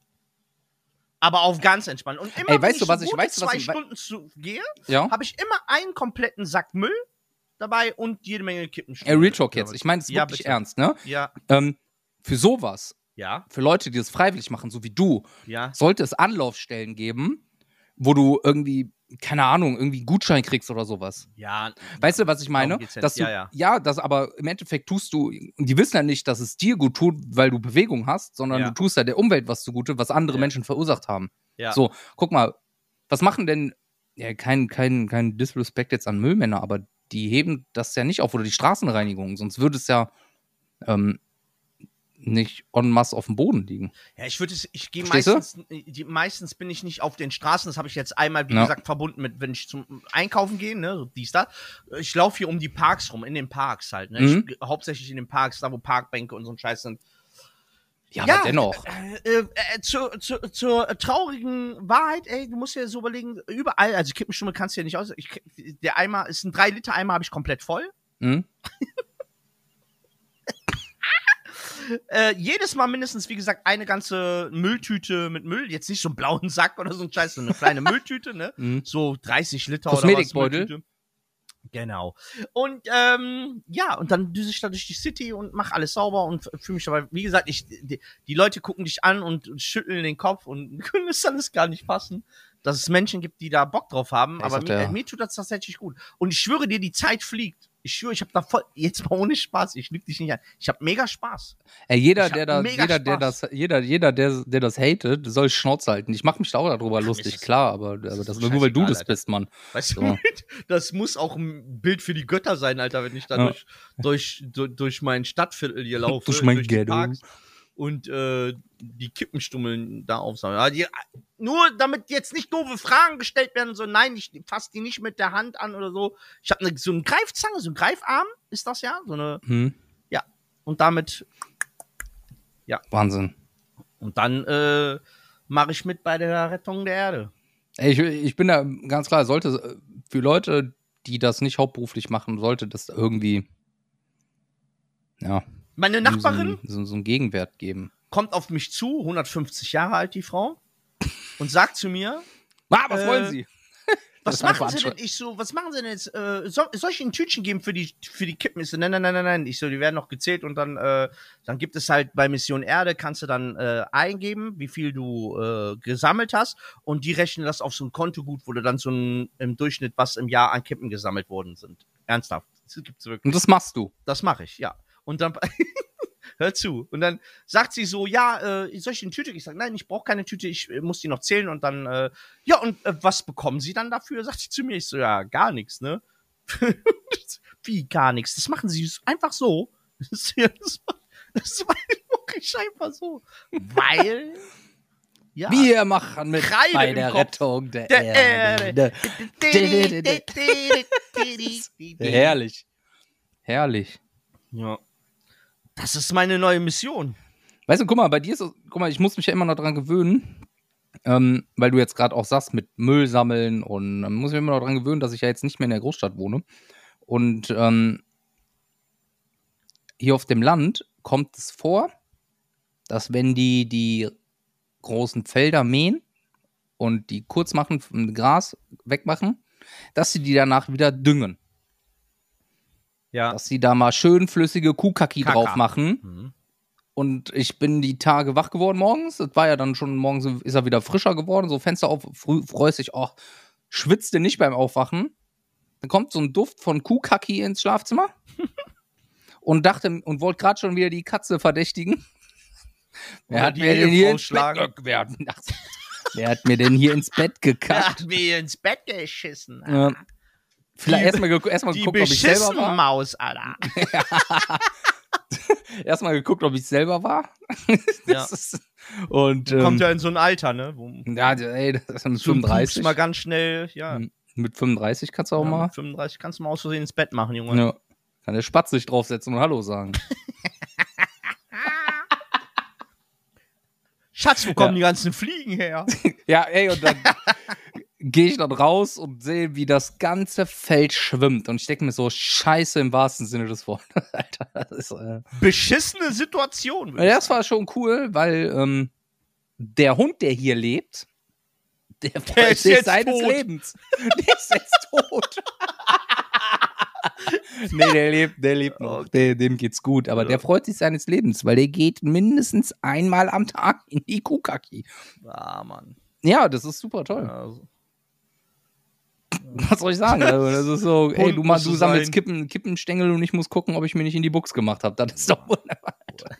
Aber auf ganz entspannt. Und immer, Ey, wenn weißt ich du, was so ich- gute weißt du, was zwei ich wei- Stunden zu gehe, Ja? habe ich immer einen kompletten Sack Müll dabei und jede Menge Kippen. Ey, Real Talk jetzt. Ich meine es Ja, wirklich bitte. ernst, ne? Ja, Ähm, für sowas, ja, für Leute, die das freiwillig machen, so wie du, ja. sollte es Anlaufstellen geben, wo du irgendwie, keine Ahnung, irgendwie einen Gutschein kriegst oder sowas. Ja, Weißt du, was ich meine? Darum geht's ja Dass nicht. du, Ja, ja, ja. das aber im Endeffekt tust du, die wissen ja nicht, dass es dir gut tut, weil du Bewegung hast, sondern Ja. du tust ja der Umwelt was zugute, was andere Ja. Menschen verursacht haben. Ja. So, guck mal, was machen denn, ja, kein, kein, kein Disrespect jetzt an Müllmänner, aber die heben das ja nicht auf oder die Straßenreinigung, sonst würde es ja, ähm, nicht en masse auf dem Boden liegen. Ja, ich würde es, ich gehe Verstehst du? meistens, die, meistens bin ich nicht auf den Straßen, das habe ich jetzt einmal, wie Ja. gesagt, verbunden mit, wenn ich zum Einkaufen gehe, ne, so dies, da. Ich laufe hier um die Parks rum, in den Parks halt, ne, Mhm. ich, hauptsächlich in den Parks, da wo Parkbänke und so ein Scheiß sind. Ja, Ja, aber dennoch. Äh, äh, äh, zur, zur, zur traurigen Wahrheit, ey, du musst dir so überlegen, überall, also Kippenstummel kannst du ja nicht aus, ich, der Eimer, ist ein drei Liter Eimer, habe ich komplett voll. Hm? Äh, jedes Mal mindestens, wie gesagt, eine ganze Mülltüte mit Müll. Jetzt nicht so einen blauen Sack oder so ein Scheiß, so eine kleine Mülltüte, ne? Mhm. So dreißig Liter Kosmetikbeutel. oder was. Mülltüte. Genau. Und ähm, ja, und dann düse ich da durch die City und mach alles sauber und fühle mich dabei, wie gesagt, ich, die, die Leute gucken dich an und, und schütteln den Kopf und können es alles gar nicht fassen, dass es Menschen gibt, die da Bock drauf haben. Ich aber sagte mir, ja. äh, mir tut das tatsächlich gut. Und ich schwöre dir, die Zeit fliegt. Ich schwöre, ich habe da voll, jetzt mal ohne Spaß, ich lüge dich nicht an. Ich habe mega Spaß. Ey, jeder, Ich hab der da, mega jeder, der Spaß. das, jeder, jeder, der, der das hatet, soll Schnauze halten. Ich mache mich da auch darüber Ja, lustig, ist- klar, aber, aber ist das so nur, weil du scheißegal, das Alter. bist, Mann. Weißt So. du, das muss auch ein Bild für die Götter sein, Alter, wenn ich da Ja. durch, durch, durch, durch mein Stadtviertel hier laufe. Durch mein die Ghetto. Parks und äh, die Kippenstummeln da aufsammeln. Ja, die, nur damit jetzt nicht doofe Fragen gestellt werden, so nein, ich fasse die nicht mit der Hand an oder so. Ich habe ne, so eine Greifzange, so ein Greifarm ist das ja. So eine, Hm? und damit, Wahnsinn. und dann äh, mache ich mit bei der Rettung der Erde. Ey, ich, ich bin da ganz klar, sollte für Leute, die das nicht hauptberuflich machen, sollte das irgendwie ja, Meine so, Nachbarin so, so einen Gegenwert geben. kommt auf mich zu, hundertfünfzig Jahre alt, die Frau, und sagt zu mir, Ah, was Äh, wollen Sie? was Das war machen Sie denn? Veranstaltung. Ich so, was machen Sie denn jetzt? Äh, soll, soll ich Ihnen ein Tütchen geben für die, für die Kippen? Ich so, nein, nein, nein, nein, nein. Ich so, die werden noch gezählt und dann, äh, dann gibt es halt bei Mission Erde, kannst du dann äh, eingeben, wie viel du äh, gesammelt hast und die rechnen das auf so ein Kontogut, wo du dann so ein, im Durchschnitt, was im Jahr an Kippen gesammelt worden sind. Ernsthaft. Das gibt's wirklich. Und das machst du. Das mache ich, ja. Und dann, hör zu. Und dann sagt sie so, ja, äh, soll ich eine Tüte? Ich sage, nein, ich brauche keine Tüte, ich äh, muss die noch zählen. Und dann, äh, ja, und äh, was bekommen sie dann dafür? Sagt sie zu mir. Ich so, ja, gar nichts, ne? Wie gar nichts? Das machen sie einfach so. Das, das, das mache ich einfach so. Weil, ja. Wir machen mit Kreide bei im der Kopf. Rettung der, Der Erde. Herrlich. Herrlich. Ja. Das ist meine neue Mission. Weißt du, guck mal, bei dir ist es, guck mal, ich muss mich ja immer noch dran gewöhnen, ähm, weil du jetzt gerade auch sagst, mit Müll sammeln und dann muss ich mich immer noch dran gewöhnen, dass ich ja jetzt nicht mehr in der Großstadt wohne. Und ähm, hier auf dem Land kommt es vor, dass wenn die die großen Felder mähen und die kurz machen, vom Gras wegmachen, dass sie die danach wieder düngen. Ja. Dass sie da mal schön flüssige Kuhkacki Kaka. drauf machen. Mhm. Und ich bin die Tage wach geworden morgens. Das war ja dann schon, morgens ist er wieder frischer geworden. So Fenster auf, früh freust dich, auch schwitzte nicht beim Aufwachen. Dann kommt so ein Duft von Kuhkacki ins Schlafzimmer. und dachte, und wollte gerade schon wieder die Katze verdächtigen. Wer Oder hat die mir denn hier Ehefrau ins Bett schlagen. ge- wer, hat- ach, wer hat mir denn hier ins Bett Er gekackt? hat mir ins Bett geschissen. Ja. Vielleicht Die- erstmal geguckt, erst mal Die geguckt, ob ich selber beschissen war. Maus, Alter. Erstmal geguckt, ob ich selber war. Ja. Das ist, und ähm, Kommt ja in so ein Alter, ne? Wo ja, ey, das ist mit so ein Pups fünfunddreißig. mal ganz schnell, ja. Mhm. Mit fünfunddreißig kannst du auch ja mal. mit fünfunddreißig kannst du mal aus Versehen ins Bett machen, Junge. Ja. Kann der Spatz sich draufsetzen und Hallo sagen. Schatz, wo kommen Ja. die ganzen Fliegen her? Ja, ey, und dann gehe ich dann raus und sehe, wie das ganze Feld schwimmt. Und ich denke mir so, scheiße im wahrsten Sinne des Wortes. Alter, das ist. Äh Beschissene Situation. würd ich ja, das sagen. war schon cool, weil ähm, der Hund, der hier lebt, der, Der freut ist sich jetzt seines tot. Lebens. Der ist jetzt tot. Nee, der lebt, der lebt noch. Okay. Der, dem geht's gut. Aber Ja. der freut sich seines Lebens, weil der geht mindestens einmal am Tag in die Kuhkacki. Ah, Mann. Ja, das ist super toll. Also, Was soll ich sagen? Also, das ist so, ey, Hund du, mal, musst du du sammelst sein. Kippen, Kippenstängel und ich muss gucken, ob ich mir nicht in die Buchs gemacht habe. Das ist doch wunderbar.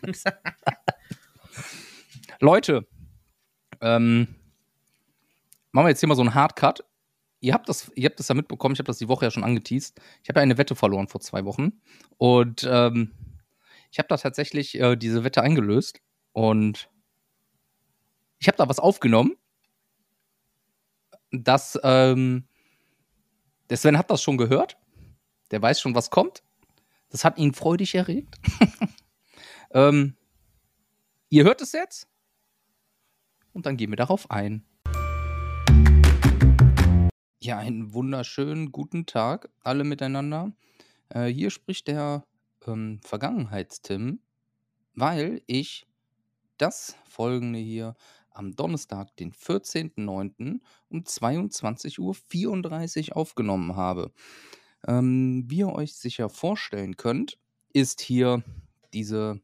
Leute, ähm, machen wir jetzt hier mal so einen Hardcut. Ihr habt das, ihr habt das ja mitbekommen, ich habe das die Woche ja schon angeteased. Ich habe ja eine Wette verloren vor zwei Wochen. Und ähm, ich Ich habe da tatsächlich äh, diese Wette eingelöst und ich habe da was aufgenommen. Das, ähm, der Sven hat das schon gehört. Der weiß schon, was kommt. Das hat ihn freudig erregt. ähm, ihr hört es jetzt und dann gehen wir darauf ein. Ja, einen wunderschönen guten Tag alle miteinander. Äh, hier spricht der ähm, Vergangenheitstim, weil ich das folgende hier am Donnerstag, den vierzehnten neunten um zweiundzwanzig Uhr vierunddreißig aufgenommen habe. Ähm, wie ihr euch sicher vorstellen könnt, ist hier diese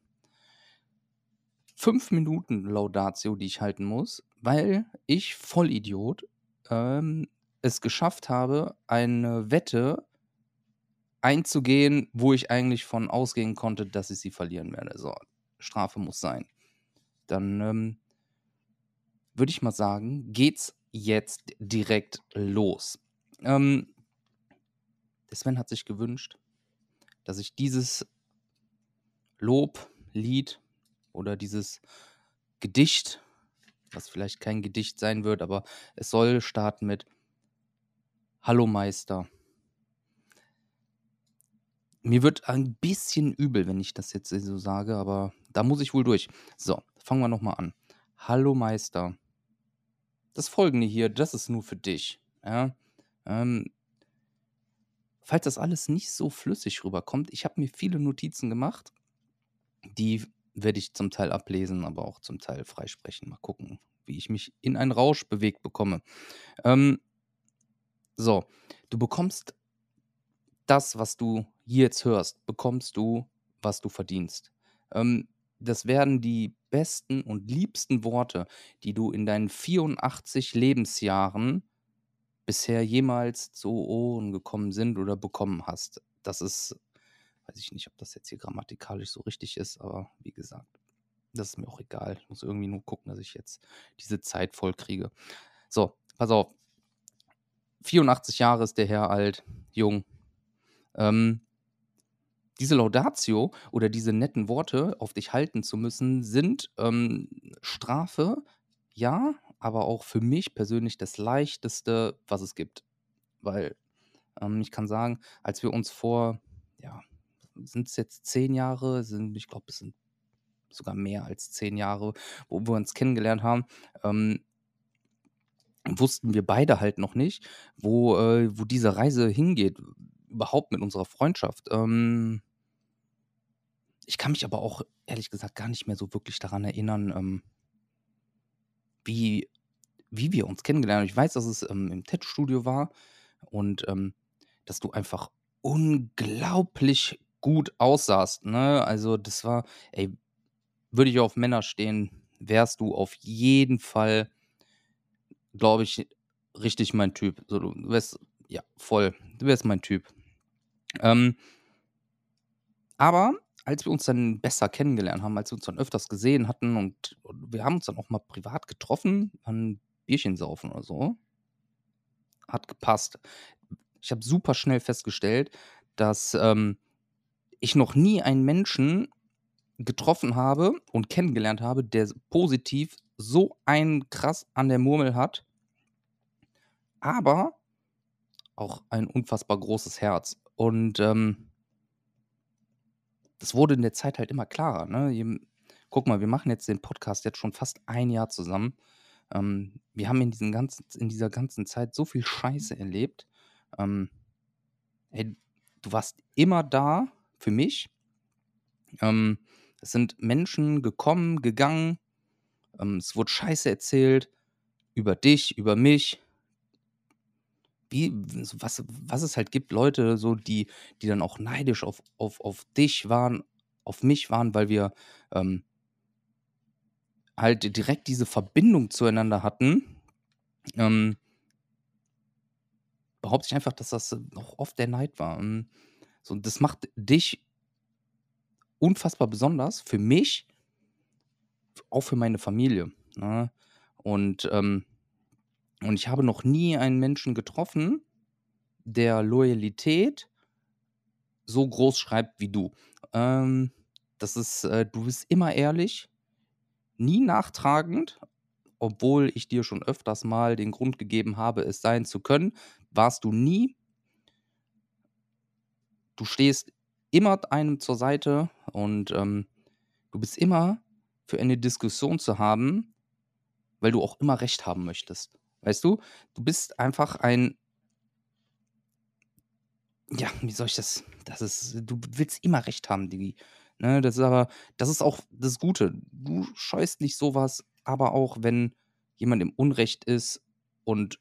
fünf Minuten Laudatio, die ich halten muss, weil ich, Vollidiot, ähm, es geschafft habe, eine Wette einzugehen, wo ich eigentlich von ausgehen konnte, dass ich sie verlieren werde. So, Strafe muss sein. Dann ähm, würde ich mal sagen, geht's jetzt direkt los. Ähm, der Sven hat sich gewünscht, dass ich dieses Lob, Lied oder dieses Gedicht, was vielleicht kein Gedicht sein wird, aber es soll starten mit Hallo Meister. Mir wird ein bisschen übel, wenn ich das jetzt so sage, aber da muss ich wohl durch. So, fangen wir nochmal an. Hallo Meister. Das folgende hier, das ist nur für dich. Ja? Ähm, falls das alles nicht so flüssig rüberkommt, ich habe mir viele Notizen gemacht. Die werde ich zum Teil ablesen, aber auch zum Teil freisprechen. Mal gucken, wie ich mich in einen Rausch bewegt bekomme. Ähm, so, du bekommst das, was du hier jetzt hörst, bekommst du, was du verdienst. Ähm, das werden die besten und liebsten Worte, die du in deinen vierundachtzig Lebensjahren bisher jemals zu Ohren gekommen sind oder bekommen hast. Das ist, weiß ich nicht, ob das jetzt hier grammatikalisch so richtig ist, aber wie gesagt, das ist mir auch egal. Ich muss irgendwie nur gucken, dass ich jetzt diese Zeit voll kriege. So, pass auf. vierundachtzig Jahre ist der Herr alt, jung. Ähm, diese Laudatio oder diese netten Worte auf dich halten zu müssen, sind ähm, Strafe, ja, aber auch für mich persönlich das Leichteste, was es gibt. Weil ähm, ich kann sagen, als wir uns vor, ja, sind es jetzt zehn Jahre, sind, ich glaube, es sind sogar mehr als zehn Jahre, wo wir uns kennengelernt haben, ähm, wussten wir beide halt noch nicht, wo, äh, wo diese Reise hingeht, überhaupt mit unserer Freundschaft. Ähm, ich kann mich aber auch ehrlich gesagt gar nicht mehr so wirklich daran erinnern, ähm, wie, wie wir uns kennengelernt haben. Ich weiß, dass es ähm, im Tattoo-Studio war und ähm, dass du einfach unglaublich gut aussahst. Ne? Also das war, ey, würde ich auf Männer stehen, wärst du auf jeden Fall, glaube ich, richtig mein Typ. So, du wärst, ja, voll, du wärst mein Typ. Ähm, aber als wir uns dann besser kennengelernt haben, als wir uns dann öfters gesehen hatten und, und wir haben uns dann auch mal privat getroffen, ein Bierchen saufen oder so, hat gepasst. Ich habe super schnell festgestellt, dass ähm, ich noch nie einen Menschen getroffen habe und kennengelernt habe, der positiv so einen krass an der Murmel hat, aber auch ein unfassbar großes Herz. Und ähm, das wurde in der Zeit halt immer klarer. Ne? Je, guck mal, wir machen jetzt den Podcast jetzt schon fast ein Jahr zusammen. Ähm, wir haben in, diesen ganzen, in dieser ganzen Zeit so viel Scheiße erlebt. Ähm, ey, du warst immer da für mich. Ähm, es sind Menschen gekommen, gegangen. Ähm, es wurde Scheiße erzählt über dich, über mich. Wie, was, was es halt gibt, Leute, so, die, die dann auch neidisch auf, auf, auf dich waren, auf mich waren, weil wir ähm, halt direkt diese Verbindung zueinander hatten. Ähm, behaupte ich einfach, dass das auch oft der Neid war. Ähm, So, das macht dich unfassbar besonders für mich, auch für meine Familie. Ne? Und, ähm, und ich habe noch nie einen Menschen getroffen, der Loyalität so groß schreibt wie du. Ähm, das ist, äh, du bist immer ehrlich, nie nachtragend, obwohl ich dir schon öfters mal den Grund gegeben habe, es sein zu können, warst du nie. Du stehst immer einem zur Seite und ähm, du bist immer für eine Diskussion zu haben, weil du auch immer Recht haben möchtest. Weißt du? Du bist einfach ein, ja, wie soll ich das? Das ist, du willst immer Recht haben, Digi. Ne, das ist aber, das ist auch das Gute. Du scheust nicht sowas, aber auch wenn jemand im Unrecht ist und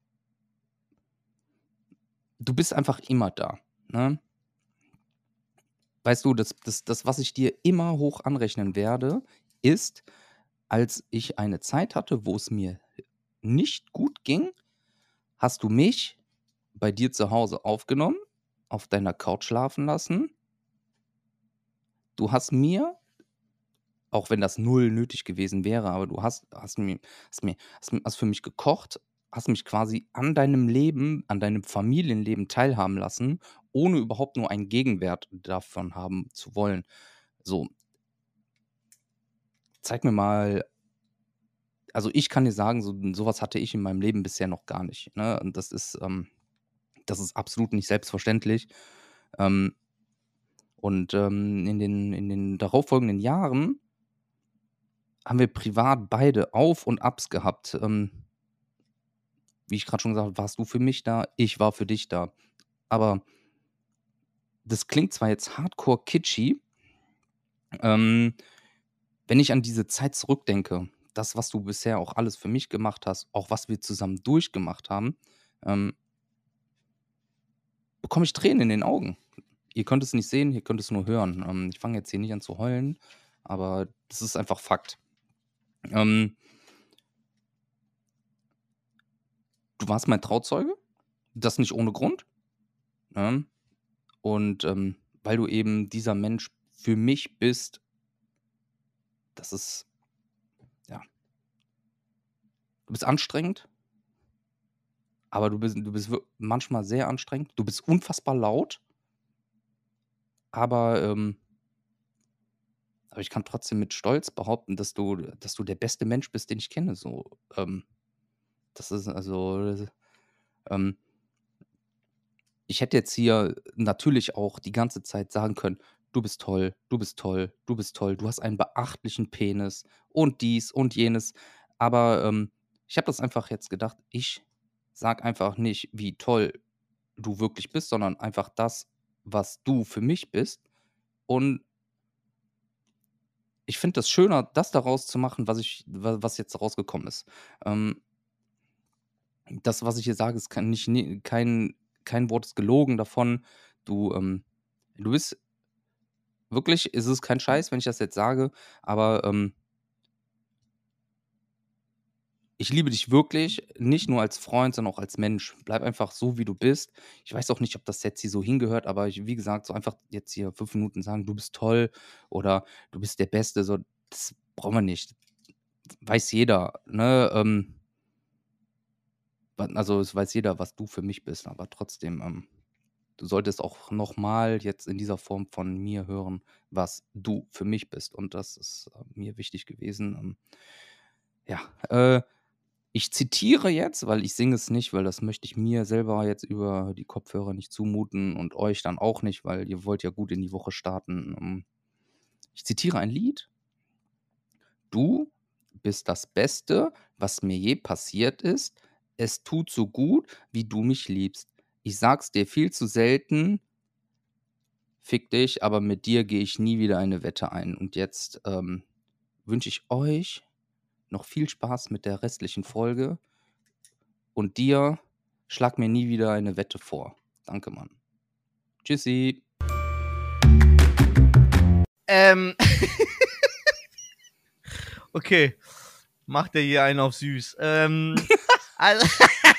du bist einfach immer da. Ne? Weißt du, das, das, das, was ich dir immer hoch anrechnen werde, ist, als ich eine Zeit hatte, wo es mir nicht gut ging, hast du mich bei dir zu Hause aufgenommen, auf deiner Couch schlafen lassen. Du hast mir, auch wenn das null nötig gewesen wäre, aber du hast, hast, mir, hast, mir, hast, mir- hast für mich gekocht, hast mich quasi an deinem Leben, an deinem Familienleben teilhaben lassen, ohne überhaupt nur einen Gegenwert davon haben zu wollen. So, zeig mir mal, also ich kann dir sagen, so, sowas hatte ich in meinem Leben bisher noch gar nicht. Ne? Und das ist, ähm, das ist absolut nicht selbstverständlich. Ähm, und ähm, in, den, in den darauffolgenden Jahren haben wir privat beide Auf und Abs gehabt. Ähm, wie ich gerade schon gesagt habe, warst du für mich da, ich war für dich da. Aber das klingt zwar jetzt hardcore kitschy, ähm, wenn ich an diese Zeit zurückdenke, das, was du bisher auch alles für mich gemacht hast, auch was wir zusammen durchgemacht haben, ähm, bekomme ich Tränen in den Augen. Ihr könnt es nicht sehen, ihr könnt es nur hören. Ähm, ich fange jetzt hier nicht an zu heulen, aber das ist einfach Fakt. Ähm, du warst mein Trauzeuge, das nicht ohne Grund. Ne? Und ähm, weil du eben dieser Mensch für mich bist, das ist, ja, du bist anstrengend, aber du bist, du bist wir- manchmal sehr anstrengend. Du bist unfassbar laut, aber, ähm, aber ich kann trotzdem mit Stolz behaupten, dass du, dass du der beste Mensch bist, den ich kenne. So, ähm, das ist also, das, ähm, ich hätte jetzt hier natürlich auch die ganze Zeit sagen können: „Du bist toll, du bist toll, du bist toll, du hast einen beachtlichen Penis“ und dies und jenes. Aber, ähm, ich habe das einfach jetzt gedacht, ich sage einfach nicht, wie toll du wirklich bist, sondern einfach das, was du für mich bist. Und ich finde das schöner, das daraus zu machen, was ich wa was jetzt rausgekommen ist. Ähm, das, was ich hier sage, ist kein nicht ne kein kein Wort ist gelogen davon. Du, ähm du bist wirklich, es ist kein Scheiß, wenn ich das jetzt sage, aber, ähm, ich liebe dich wirklich, nicht nur als Freund, sondern auch als Mensch. Bleib einfach so, wie du bist. Ich weiß auch nicht, ob das jetzt hier so hingehört, aber ich wie gesagt, so einfach jetzt hier fünf Minuten sagen: „Du bist toll“ oder „Du bist der Beste“, so, das brauchen wir nicht. Weiß jeder, ne? Ähm, wa also, es weiß jeder, was du für mich bist, aber trotzdem, ähm, du solltest auch noch mal jetzt in dieser Form von mir hören, was du für mich bist. Und das ist, äh, mir wichtig gewesen. Ähm, ja, äh, ich zitiere jetzt, weil ich singe es nicht, weil das möchte ich mir selber jetzt über die Kopfhörer nicht zumuten und euch dann auch nicht, weil ihr wollt ja gut in die Woche starten. Ähm, ich zitiere ein Lied. Du bist das Beste, was mir je passiert ist. Es tut so gut, wie du mich liebst. Ich sag's dir viel zu selten, fick dich, aber mit dir gehe ich nie wieder eine Wette ein. Und jetzt ähm, wünsche ich euch noch viel Spaß mit der restlichen Folge und dir schlag mir nie wieder eine Wette vor. Danke, Mann. Tschüssi. Ähm. Okay. Macht er hier einen auf süß. Ähm. also,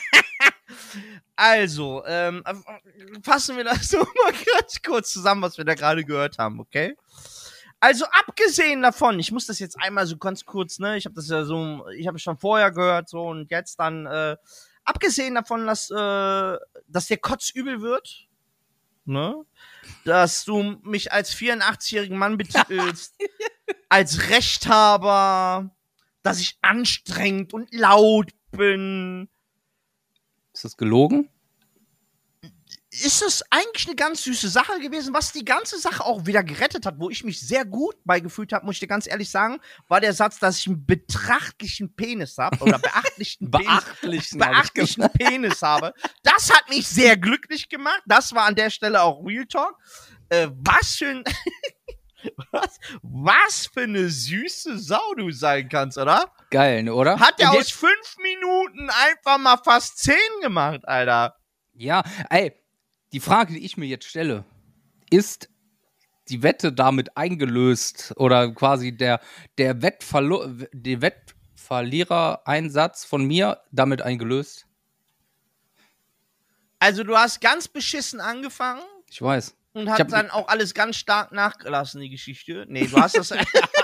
also ähm, fassen wir das so mal ganz kurz zusammen, was wir da gerade gehört haben, okay? Also abgesehen davon, ich muss das jetzt einmal so ganz kurz, ne, ich habe das ja so, ich habe es schon vorher gehört, so, und jetzt dann, äh, abgesehen davon, dass, äh, dass der Kotz übel wird, ne? Dass du mich als vierundachtzigjährigen Mann betitelst, als Rechthaber, dass ich anstrengend und laut bin. Ist das gelogen? Ist es eigentlich eine ganz süße Sache gewesen, was die ganze Sache auch wieder gerettet hat, wo ich mich sehr gut beigefühlt habe, muss ich dir ganz ehrlich sagen, war der Satz, dass ich einen betrachtlichen Penis habe oder beachtlichen Penis, Beachtlichen, beachtlichen Penis habe. Das hat mich sehr glücklich gemacht. Das war an der Stelle auch Real Talk. Äh, was für ein was, was für eine süße Sau du sein kannst, oder? Geil, oder? Hat der Und aus jetzt- fünf Minuten einfach mal fast zehn gemacht, Alter. Ja, ey, die Frage, die ich mir jetzt stelle, ist die Wette damit eingelöst oder quasi der, der, Wettverlo- der Wettverlierereinsatz von mir damit eingelöst? Also du hast ganz beschissen angefangen Ich weiß. und Ich hast hab- dann auch alles ganz stark nachgelassen, die Geschichte. Nee, du hast das...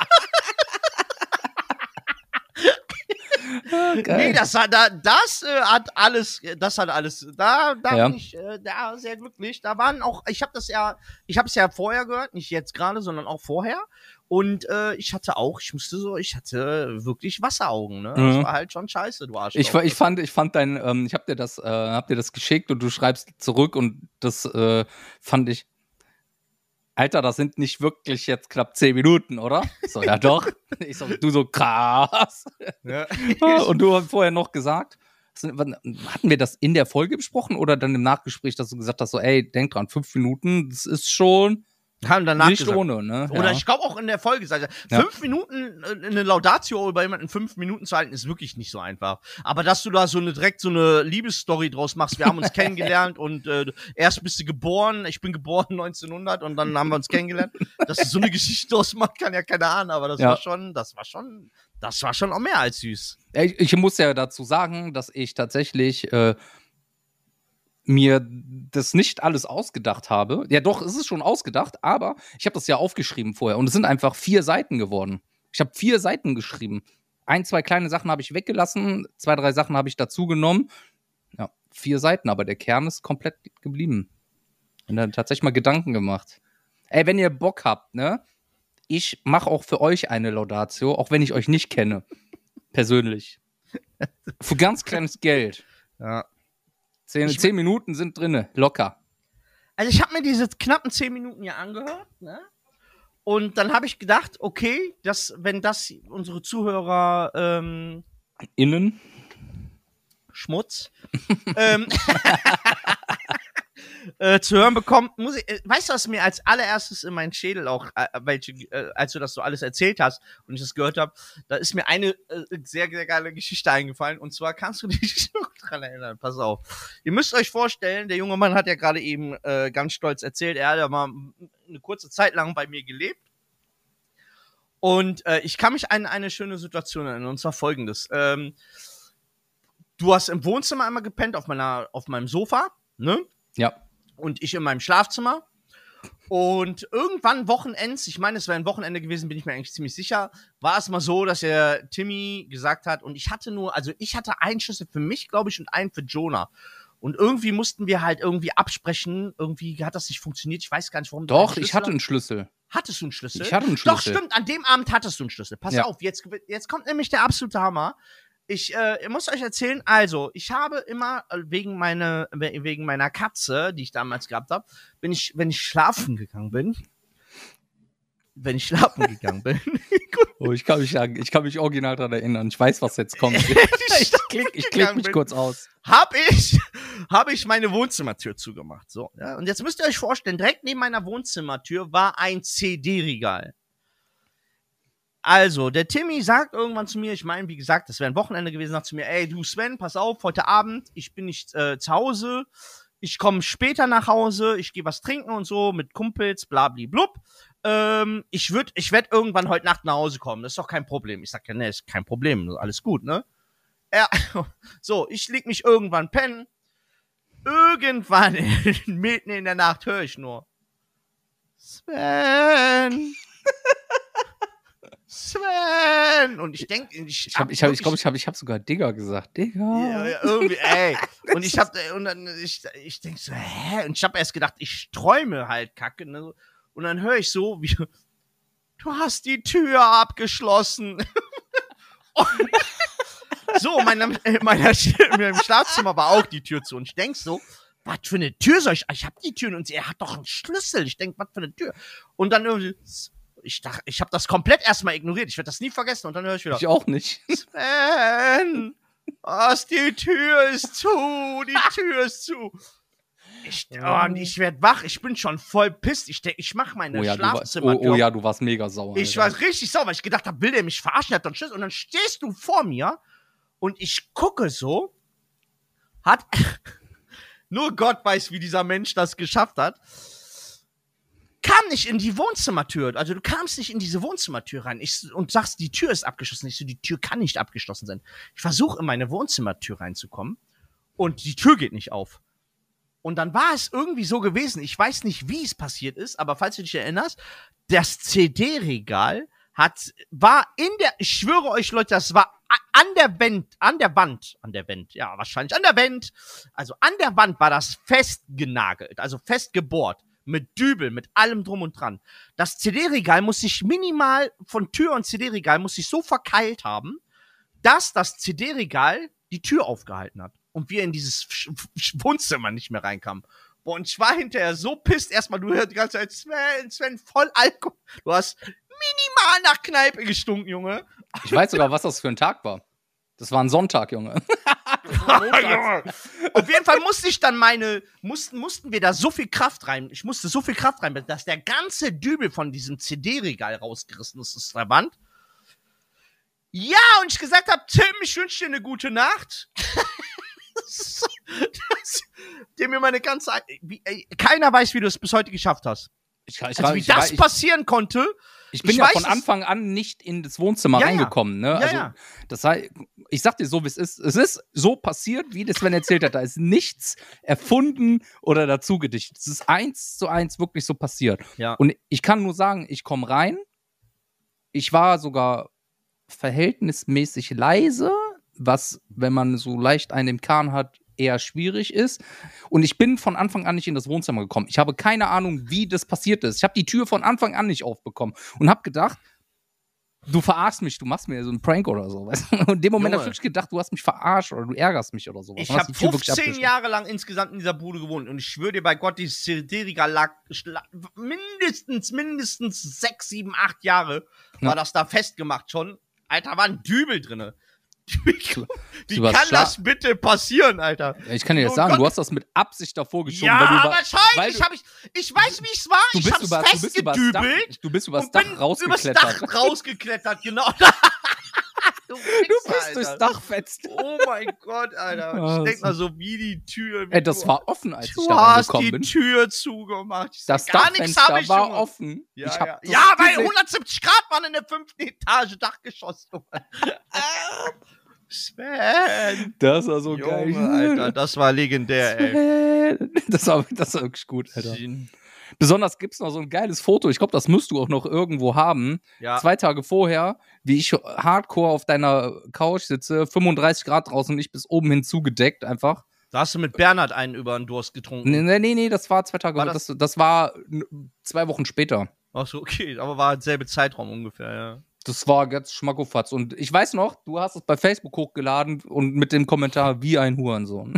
Nee, das hat, da- das äh, hat alles, das hat alles, da, da Ja. bin ich äh, da sehr glücklich. Da waren auch, ich habe das ja, ich habe es ja vorher gehört, nicht jetzt gerade, sondern auch vorher. Und äh, ich hatte auch, ich musste so, ich hatte wirklich Wasseraugen, ne? Mhm. Das war halt schon scheiße, du Arschloch. Ich, fa- ich fand, ich fand dein, ähm, ich hab dir das, äh, hab dir das geschickt und du schreibst zurück und das äh, fand ich, Alter, das sind nicht wirklich jetzt knapp zehn Minuten, oder? So, ja doch. Ich so, du so, krass. Ja. Und du hast vorher noch gesagt, hatten wir das in der Folge besprochen oder dann im Nachgespräch, dass du gesagt hast, so, ey, denk dran, fünf Minuten, das ist schon Haben danach nicht gesagt. ohne, ne? Oder Ja. ich glaube auch in der Folge gesagt, Ja. fünf Minuten äh, eine Laudatio über jemanden fünf Minuten zu halten, ist wirklich nicht so einfach. Aber dass du da so eine direkt so eine Liebesstory draus machst, wir haben uns kennengelernt und äh, erst bist du geboren, ich bin geboren neunzehnhundert und dann haben wir uns kennengelernt. Dass du so eine Geschichte draus machst, kann ja keiner ahnen, aber das Ja. war schon, das war schon, das war schon auch mehr als süß. Ich, ich muss ja dazu sagen, dass ich tatsächlich äh, mir das nicht alles ausgedacht habe. Ja, doch, es ist schon ausgedacht, aber ich habe das ja aufgeschrieben vorher und es sind einfach vier Seiten geworden. Ich habe vier Seiten geschrieben. Ein, zwei kleine Sachen habe ich weggelassen, zwei, drei Sachen habe ich dazu genommen. Ja, vier Seiten, aber der Kern ist komplett geblieben. Und dann tatsächlich mal Gedanken gemacht. Ey, wenn ihr Bock habt, ne? Ich mache auch für euch eine Laudatio, auch wenn ich euch nicht kenne. Persönlich. Für ganz kleines Geld. Ja. Zehn, Ich- zehn Minuten sind drinne, locker. Also ich habe mir diese knappen zehn Minuten ja angehört, ne? Und dann habe ich gedacht, okay, das, wenn das unsere Zuhörer ähm, Innen. Schmutz ähm, äh, zu hören bekommt, muss ich, äh, weißt du, was mir als allererstes in meinen Schädel auch, äh, welche, äh, als du das so alles erzählt hast und ich das gehört habe, da ist mir eine äh, sehr, sehr geile Geschichte eingefallen und zwar kannst du dich noch dran erinnern, pass auf. Ihr müsst euch vorstellen, der junge Mann hat ja gerade eben äh, ganz stolz erzählt, er hat ja mal eine kurze Zeit lang bei mir gelebt. Und äh, ich kann mich an eine schöne Situation erinnern, und zwar folgendes. Ähm, du hast im Wohnzimmer einmal gepennt, auf, meiner, auf meinem Sofa, ne? Ja. Und ich in meinem Schlafzimmer. Und irgendwann Wochenends, ich meine, es wäre ein Wochenende gewesen, bin ich mir eigentlich ziemlich sicher, war es mal so, dass der Timmy gesagt hat, und ich hatte nur, also ich hatte einen Schlüssel für mich, glaube ich, und einen für Jonah. Und irgendwie mussten wir halt irgendwie absprechen, irgendwie hat das nicht funktioniert, ich weiß gar nicht, warum. du Doch, einen ich Schlüssel hatte hast. einen Schlüssel. Hattest du einen Schlüssel? Ich hatte einen Doch, Schlüssel. stimmt, an dem Abend hattest du einen Schlüssel. Pass Ja. auf, jetzt, jetzt kommt nämlich der absolute Hammer. Ich äh, muss euch erzählen, also, ich habe immer äh, wegen, meine, we- wegen meiner Katze, die ich damals gehabt habe, bin ich, wenn ich schlafen gegangen bin, wenn ich schlafen gegangen bin, Oh, ich kann mich, an- ich kann mich original daran erinnern. Ich weiß, was jetzt kommt. ich ich klick, ich klick gegangen mich bin, kurz aus. habe ich, hab ich meine Wohnzimmertür zugemacht. So, ja? Und jetzt müsst ihr euch vorstellen, direkt neben meiner Wohnzimmertür war ein C D-Regal. Also, der Timmy sagt irgendwann zu mir, ich meine, wie gesagt, das wäre ein Wochenende gewesen, sagt zu mir, ey, du Sven, pass auf, heute Abend, ich bin nicht äh, zu Hause, ich komme später nach Hause, ich gehe was trinken und so mit Kumpels, blabli-blub. Ähm, ich würd, ich werd irgendwann heute Nacht nach Hause kommen, das ist doch kein Problem. Ich sag ja, ne, ist kein Problem, alles gut, ne? Ja, so, ich leg mich irgendwann pennen. Irgendwann, mitten in der Nacht, höre ich nur Sven. Sven. Und ich denke, ich, Ich habe, ich habe, ich glaube, ich habe, ich habe sogar Digger gesagt. Digger. ja, ja, irgendwie, ey, Und ich hab, und dann, ich, ich denk so, hä? Und ich hab erst gedacht, ich träume halt Kacke, ne? Und dann höre ich so, wie, du hast die Tür abgeschlossen. So, meiner, meiner, in meinem Schlafzimmer war auch die Tür zu. Und ich denk so, was für eine Tür soll ich, ich hab die Tür und sie, er hat doch einen Schlüssel. Ich denk, was für eine Tür? Und dann irgendwie, ich dachte, ich habe das komplett erstmal ignoriert. Ich werde das nie vergessen. Und dann höre ich wieder, Ich auch nicht. Sven, was, die Tür ist zu, die Tür ist zu. Ich, oh, und ich werde wach, ich bin schon voll pisst. Ich denke, ich mache meine Oh ja, Schlafzimmer. du war, oh, oh ja, du warst mega sauer. Ich Alter. war richtig sauer, weil ich gedacht habe, will der mich verarschen, hat dann Schiss. Und dann stehst du vor mir und ich gucke so, hat, nur Gott weiß, wie dieser Mensch das geschafft hat, kam nicht in die Wohnzimmertür. Also du kamst nicht in diese Wohnzimmertür rein ich, und sagst, die Tür ist abgeschlossen. Ich so, die Tür kann nicht abgeschlossen sein. Ich versuche in meine Wohnzimmertür reinzukommen und die Tür geht nicht auf. Und dann war es irgendwie so gewesen, ich weiß nicht, wie es passiert ist, aber falls du dich erinnerst, das C D-Regal hat, war in der, ich schwöre euch Leute, das war an der Wand, an der Wand, an der Wand, ja, wahrscheinlich an der Wand, also an der Wand war das festgenagelt, also festgebohrt, mit Dübel, mit allem drum und dran. Das C D-Regal muss sich minimal, von Tür und C D-Regal muss sich so verkeilt haben, dass das C D-Regal die Tür aufgehalten hat. Und wir in dieses Wohnzimmer nicht mehr reinkamen. Boah, und ich war hinterher so pisst. Erstmal, du hörst die ganze Zeit, Sven, Sven, voll Alkohol. Du hast minimal nach Kneipe gestunken, Junge. Ich weiß sogar, was das für ein Tag war. Das war ein Sonntag, Junge. Auf jeden Fall musste ich dann meine, mussten, mussten wir da so viel Kraft rein, ich musste so viel Kraft rein, dass der ganze Dübel von diesem C D-Regal rausgerissen ist aus der Wand. Ja, und ich gesagt habe, Tim, ich wünsche dir eine gute Nacht. das, das, der mir meine ganze, wie, ey, keiner weiß, wie du es bis heute geschafft hast. Ich, ich, also wie ich, das ich, passieren konnte. Ich bin ich ja weiß, von Anfang an nicht in das Wohnzimmer ja, reingekommen. Ne? Ja, also, ja. Das heißt, ich sag dir so, wie es ist. Es ist so passiert, wie das Sven erzählt hat. Da ist nichts erfunden oder dazu gedichtet. Es ist eins zu eins wirklich so passiert. Ja. Und ich kann nur sagen, ich komme rein. Ich war sogar verhältnismäßig leise, was, wenn man so leicht einen im Kahn hat, eher schwierig ist. Und ich bin von Anfang an nicht in das Wohnzimmer gekommen. Ich habe keine Ahnung, wie das passiert ist. Ich habe die Tür von Anfang an nicht aufbekommen und habe gedacht, du verarschst mich, du machst mir so einen Prank oder so. Weißt du? Und in dem Moment habe ich wirklich gedacht, du hast mich verarscht oder du ärgerst mich oder sowas. Ich habe fünfzehn Jahre lang insgesamt in dieser Bude gewohnt und ich schwöre dir bei Gott, dieses C D-Regal lag mindestens, mindestens sechs, sieben, acht Jahre war ja. das da festgemacht schon. Alter, war ein Dübel drinne. Wie, wie kann das bitte passieren, Alter? Ja, ich kann dir jetzt oh sagen, Gott. Du hast das mit Absicht davor geschoben. Ja, weil du wahrscheinlich habe ich, ich weiß, wie es war. Du ich bist hab's über, festgedübelt. Du bist, Dach, du bist übers und Dach bin rausgeklettert. Übers Dach rausgeklettert, genau. Du, Wichser, du bist Alter. durchs Dach fetzt. Oh mein Gott, Alter. Ja, ich denk mal so, wie die Tür. Wie Ey, das war offen, als ich da reingekommen bin. Du hast die Tür zugemacht. Ich das gar nichts Dachfenster ich war schon offen. Ja, ich hab ja. ja weil hundertsiebzig Grad waren in der fünften Etage Dachgeschoss. Sven. Das war so Junge, geil. Alter, das war legendär, ey. Das war, das war wirklich gut, Alter. Besonders gibt's noch so ein geiles Foto, ich glaube, das musst du auch noch irgendwo haben. Ja. Zwei Tage vorher, wie ich hardcore auf deiner Couch sitze, fünfunddreißig Grad draußen und ich bis oben hin zugedeckt einfach. Da hast du mit Bernhard einen über den Durst getrunken. Nee, nee, nee, nee das war zwei Tage, war das? Das, das war zwei Wochen später. Ach so, okay, aber war derselbe Zeitraum ungefähr, ja. Das war ganz schmackofatz. Und ich weiß noch, du hast es bei Facebook hochgeladen und mit dem Kommentar, wie ein Hurensohn.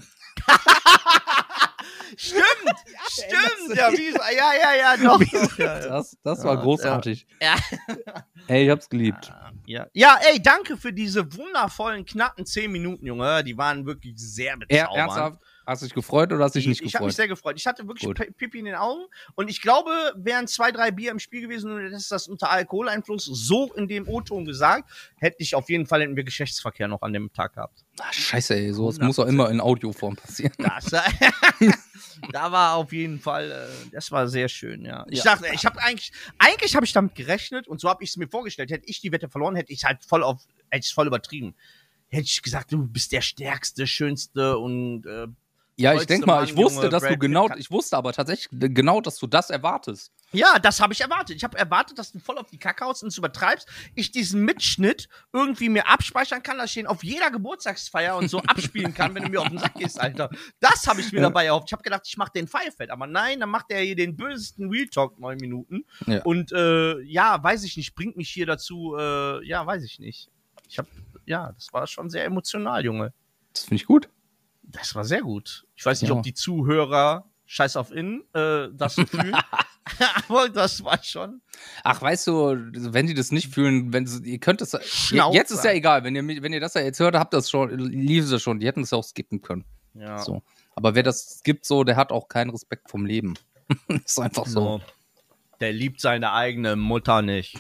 Stimmt, ja, stimmt. Ja, wie, ja, ja, ja, doch. doch ja, ja. Das, das war ja, großartig. Ja. Ey, ich hab's geliebt. Ja. ja, ey, danke für diese wundervollen, knappen zehn Minuten, Junge. Die waren wirklich sehr bezaubernd. Er, ernsthaft? Hast du dich gefreut oder hast du dich nicht ich, gefreut? Ich habe mich sehr gefreut. Ich hatte wirklich P- Pipi in den Augen. Und ich glaube, wären zwei, drei Bier im Spiel gewesen und das ist das unter Alkoholeinfluss so in dem O-Ton gesagt, hätte ich auf jeden Fall hätten wir Geschlechtsverkehr noch an dem Tag gehabt. Ach, scheiße, ey. Sowas muss auch immer in Audioform passieren. Das, da war auf jeden Fall, äh, das war sehr schön, ja. Ich ja. dachte, ich habe eigentlich, eigentlich habe ich damit gerechnet und so habe ich es mir vorgestellt. Hätte ich die Wette verloren, hätte ich halt voll auf, hätte ich voll übertrieben. Hätte ich gesagt, du bist der Stärkste, Schönste und äh, Ja, ich denke mal, ich wusste, Junge, dass Brad du genau, Pitt ich wusste aber tatsächlich genau, dass du das erwartest. Ja, das habe ich erwartet. Ich habe erwartet, dass du voll auf die Kacke haust und es übertreibst. Ich diesen Mitschnitt irgendwie mir abspeichern kann, dass ich den auf jeder Geburtstagsfeier und so abspielen kann, wenn du mir auf den Sack gehst, Alter. Das habe ich mir Ja. dabei erhofft. Ich habe gedacht, ich mache den Firefett, aber nein, dann macht er hier den bösesten Real Talk neun Minuten. Ja. Und äh, ja, weiß ich nicht, bringt mich hier dazu, äh, ja, weiß ich nicht. Ich habe, ja, das war schon sehr emotional, Junge. Das finde ich gut. Das war sehr gut. Ich weiß nicht, Ja. ob die Zuhörer Scheiß auf Innen äh, das so fühlen. Aber das war schon. Ach, weißt du, wenn die das nicht fühlen, wenn sie, ihr könnt es. Schnauze. Jetzt ist ja egal, wenn ihr, mich- wenn ihr das ja jetzt hört, habt ihr das schon, lief es ja schon, die hätten es ja auch skippen können. Ja. So. Aber wer das skippt, so, der hat auch keinen Respekt vom Leben. Ist einfach so. So. Der liebt seine eigene Mutter nicht.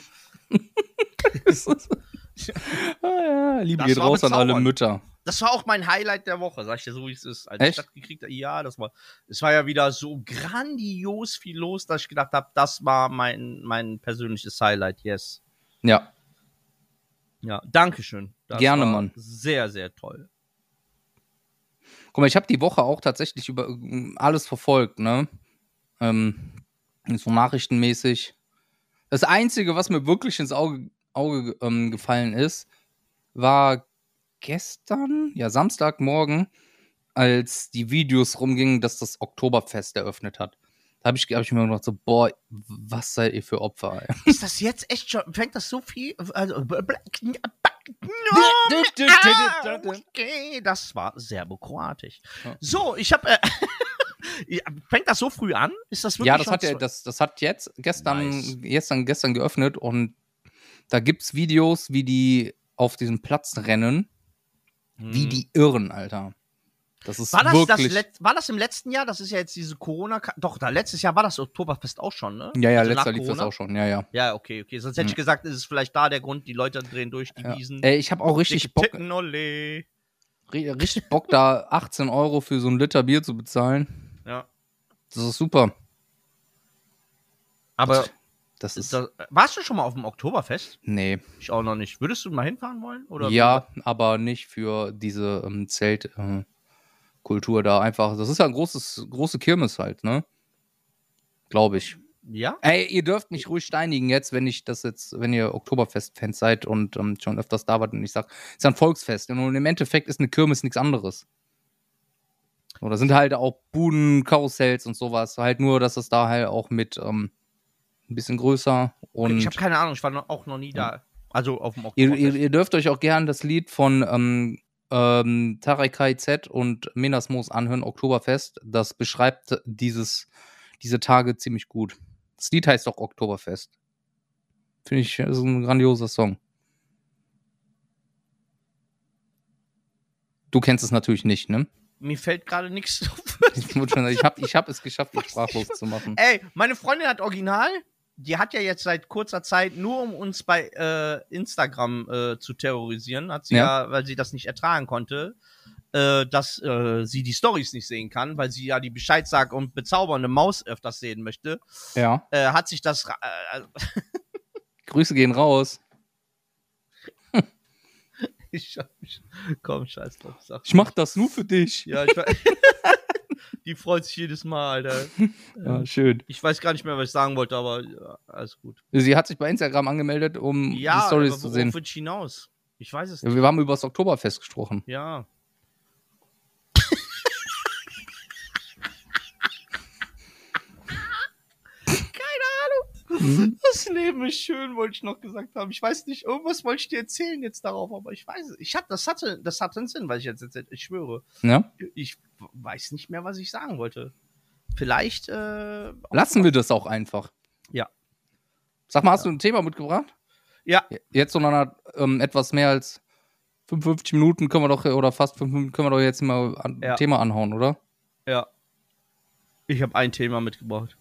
ah, ja, Liebe Das geht war raus an alle bezaubernd. Mütter. Das war auch mein Highlight der Woche, sag ich dir so, wie es ist. Als Echt? ich das gekriegt habe, ja, das war, es war ja wieder so grandios viel los, dass ich gedacht habe, das war mein, mein persönliches Highlight, yes. Ja. Ja, Dankeschön. Das Gerne, war Mann. Sehr, sehr toll. Guck mal, ich habe die Woche auch tatsächlich über ähm, alles verfolgt, ne? Ähm, so nachrichtenmäßig. Das Einzige, was mir wirklich ins Auge, Auge ähm, gefallen ist, war gestern, ja, Samstagmorgen, als die Videos rumgingen, dass das Oktoberfest eröffnet hat. Da habe ich, hab ich mir gedacht, so, boah, was seid ihr für Opfer, ey. Ist das jetzt echt schon, fängt das so viel, also, okay, das war serbokroatisch. Ja. So, ich habe, äh, ja, fängt das so früh an? Ist das wirklich Ja, das schon hat ja, so- das, das hat jetzt gestern, Nice. gestern, gestern geöffnet und da gibt's Videos, wie die auf diesem Platz rennen, wie Hm. die irren, Alter. Das ist War das, das wirklich. Let war das im letzten Jahr? Das ist ja jetzt diese Corona. Doch, da letztes Jahr war das Oktoberfest auch schon, ne? ja, ja, Also letzter nach lief das Corona? auch schon, ja, ja. Ja, okay, okay. Sonst hätte ich Hm. gesagt, ist es vielleicht da der Grund, die Leute drehen durch die ja. Wiesen. Ey, ich habe auch richtig Dicke Bock, Titten, ole. ri- richtig Bock, da achtzehn Euro für so ein Liter Bier zu bezahlen. Ja. Das ist super. Aber Das ist. da, warst du schon mal auf dem Oktoberfest? Nee. Ich auch noch nicht. Würdest du mal hinfahren wollen? Oder Ja, aber nicht für diese ähm, Zeltkultur äh, Kultur da einfach. Das ist ja ein großes, große Kirmes halt, ne? Glaube ich. Ja? Ey, ihr dürft mich ruhig steinigen jetzt, wenn ich das jetzt, wenn ihr Oktoberfest-Fans seid und ähm, schon öfters da wart und ich sag, es ist ja ein Volksfest und im Endeffekt ist eine Kirmes nichts anderes. Oder sind halt auch Buden, Karussells und sowas. Halt nur, dass es da halt auch mit ähm, ein bisschen größer und Ich habe keine Ahnung, ich war noch, auch noch nie da. Also auf dem ihr, Oktoberfest. ihr, ihr dürft euch auch gern das Lied von ähm, ähm, Tarakai Z und Menasmos anhören, Oktoberfest. Das beschreibt dieses, diese Tage ziemlich gut. Das Lied heißt auch Oktoberfest. Finde ich, ist ein grandioser Song. Du kennst es natürlich nicht, ne? Mir fällt gerade nichts auf. Ich, muss schon sagen, ich habe ich hab es geschafft, dich Weiß sprachlos nicht. zu machen. Ey, meine Freundin hat Original. Die hat ja jetzt seit kurzer Zeit, nur um uns bei äh, Instagram äh, zu terrorisieren, hat sie ja. Ja. weil sie das nicht ertragen konnte, äh, dass äh, sie die Storys nicht sehen kann, weil sie ja die Bescheid sagt und bezaubernde Maus öfters sehen möchte, Ja. äh, hat sich das. ra- Äh, Grüße gehen raus. ich hab mich. Komm, scheiß drauf. Sag. Ich mach das nur für dich. Ja, ich weiß. Die freut sich jedes Mal, Alter. Ja, schön. Ich weiß gar nicht mehr, was ich sagen wollte, aber ja, alles gut. Sie hat sich bei Instagram angemeldet, um Ja, die Stories aber zu worauf sehen. will ich hinaus? Ich weiß es Ja, nicht. wir haben über das Oktoberfest gesprochen. Ja. Keine Ahnung. Das Leben ist schön, wollte ich noch gesagt haben. Ich weiß nicht, irgendwas wollte ich dir erzählen jetzt darauf, aber ich weiß es. Ich hatte, das hatte, das hatte einen Sinn, was ich jetzt erzählt. Ich schwöre. Ja? Ich weiß nicht mehr, was ich sagen wollte. Vielleicht, äh, Lassen wir das auch einfach. Ja. Sag mal, hast du ein Thema mitgebracht? Ja. Jetzt so nach einer, ähm, etwas mehr als fünfundfünfzig Minuten können wir doch, oder fast fünf Minuten können wir doch jetzt mal ein Ja. Thema anhauen, oder? Ja. Ich habe ein Thema mitgebracht.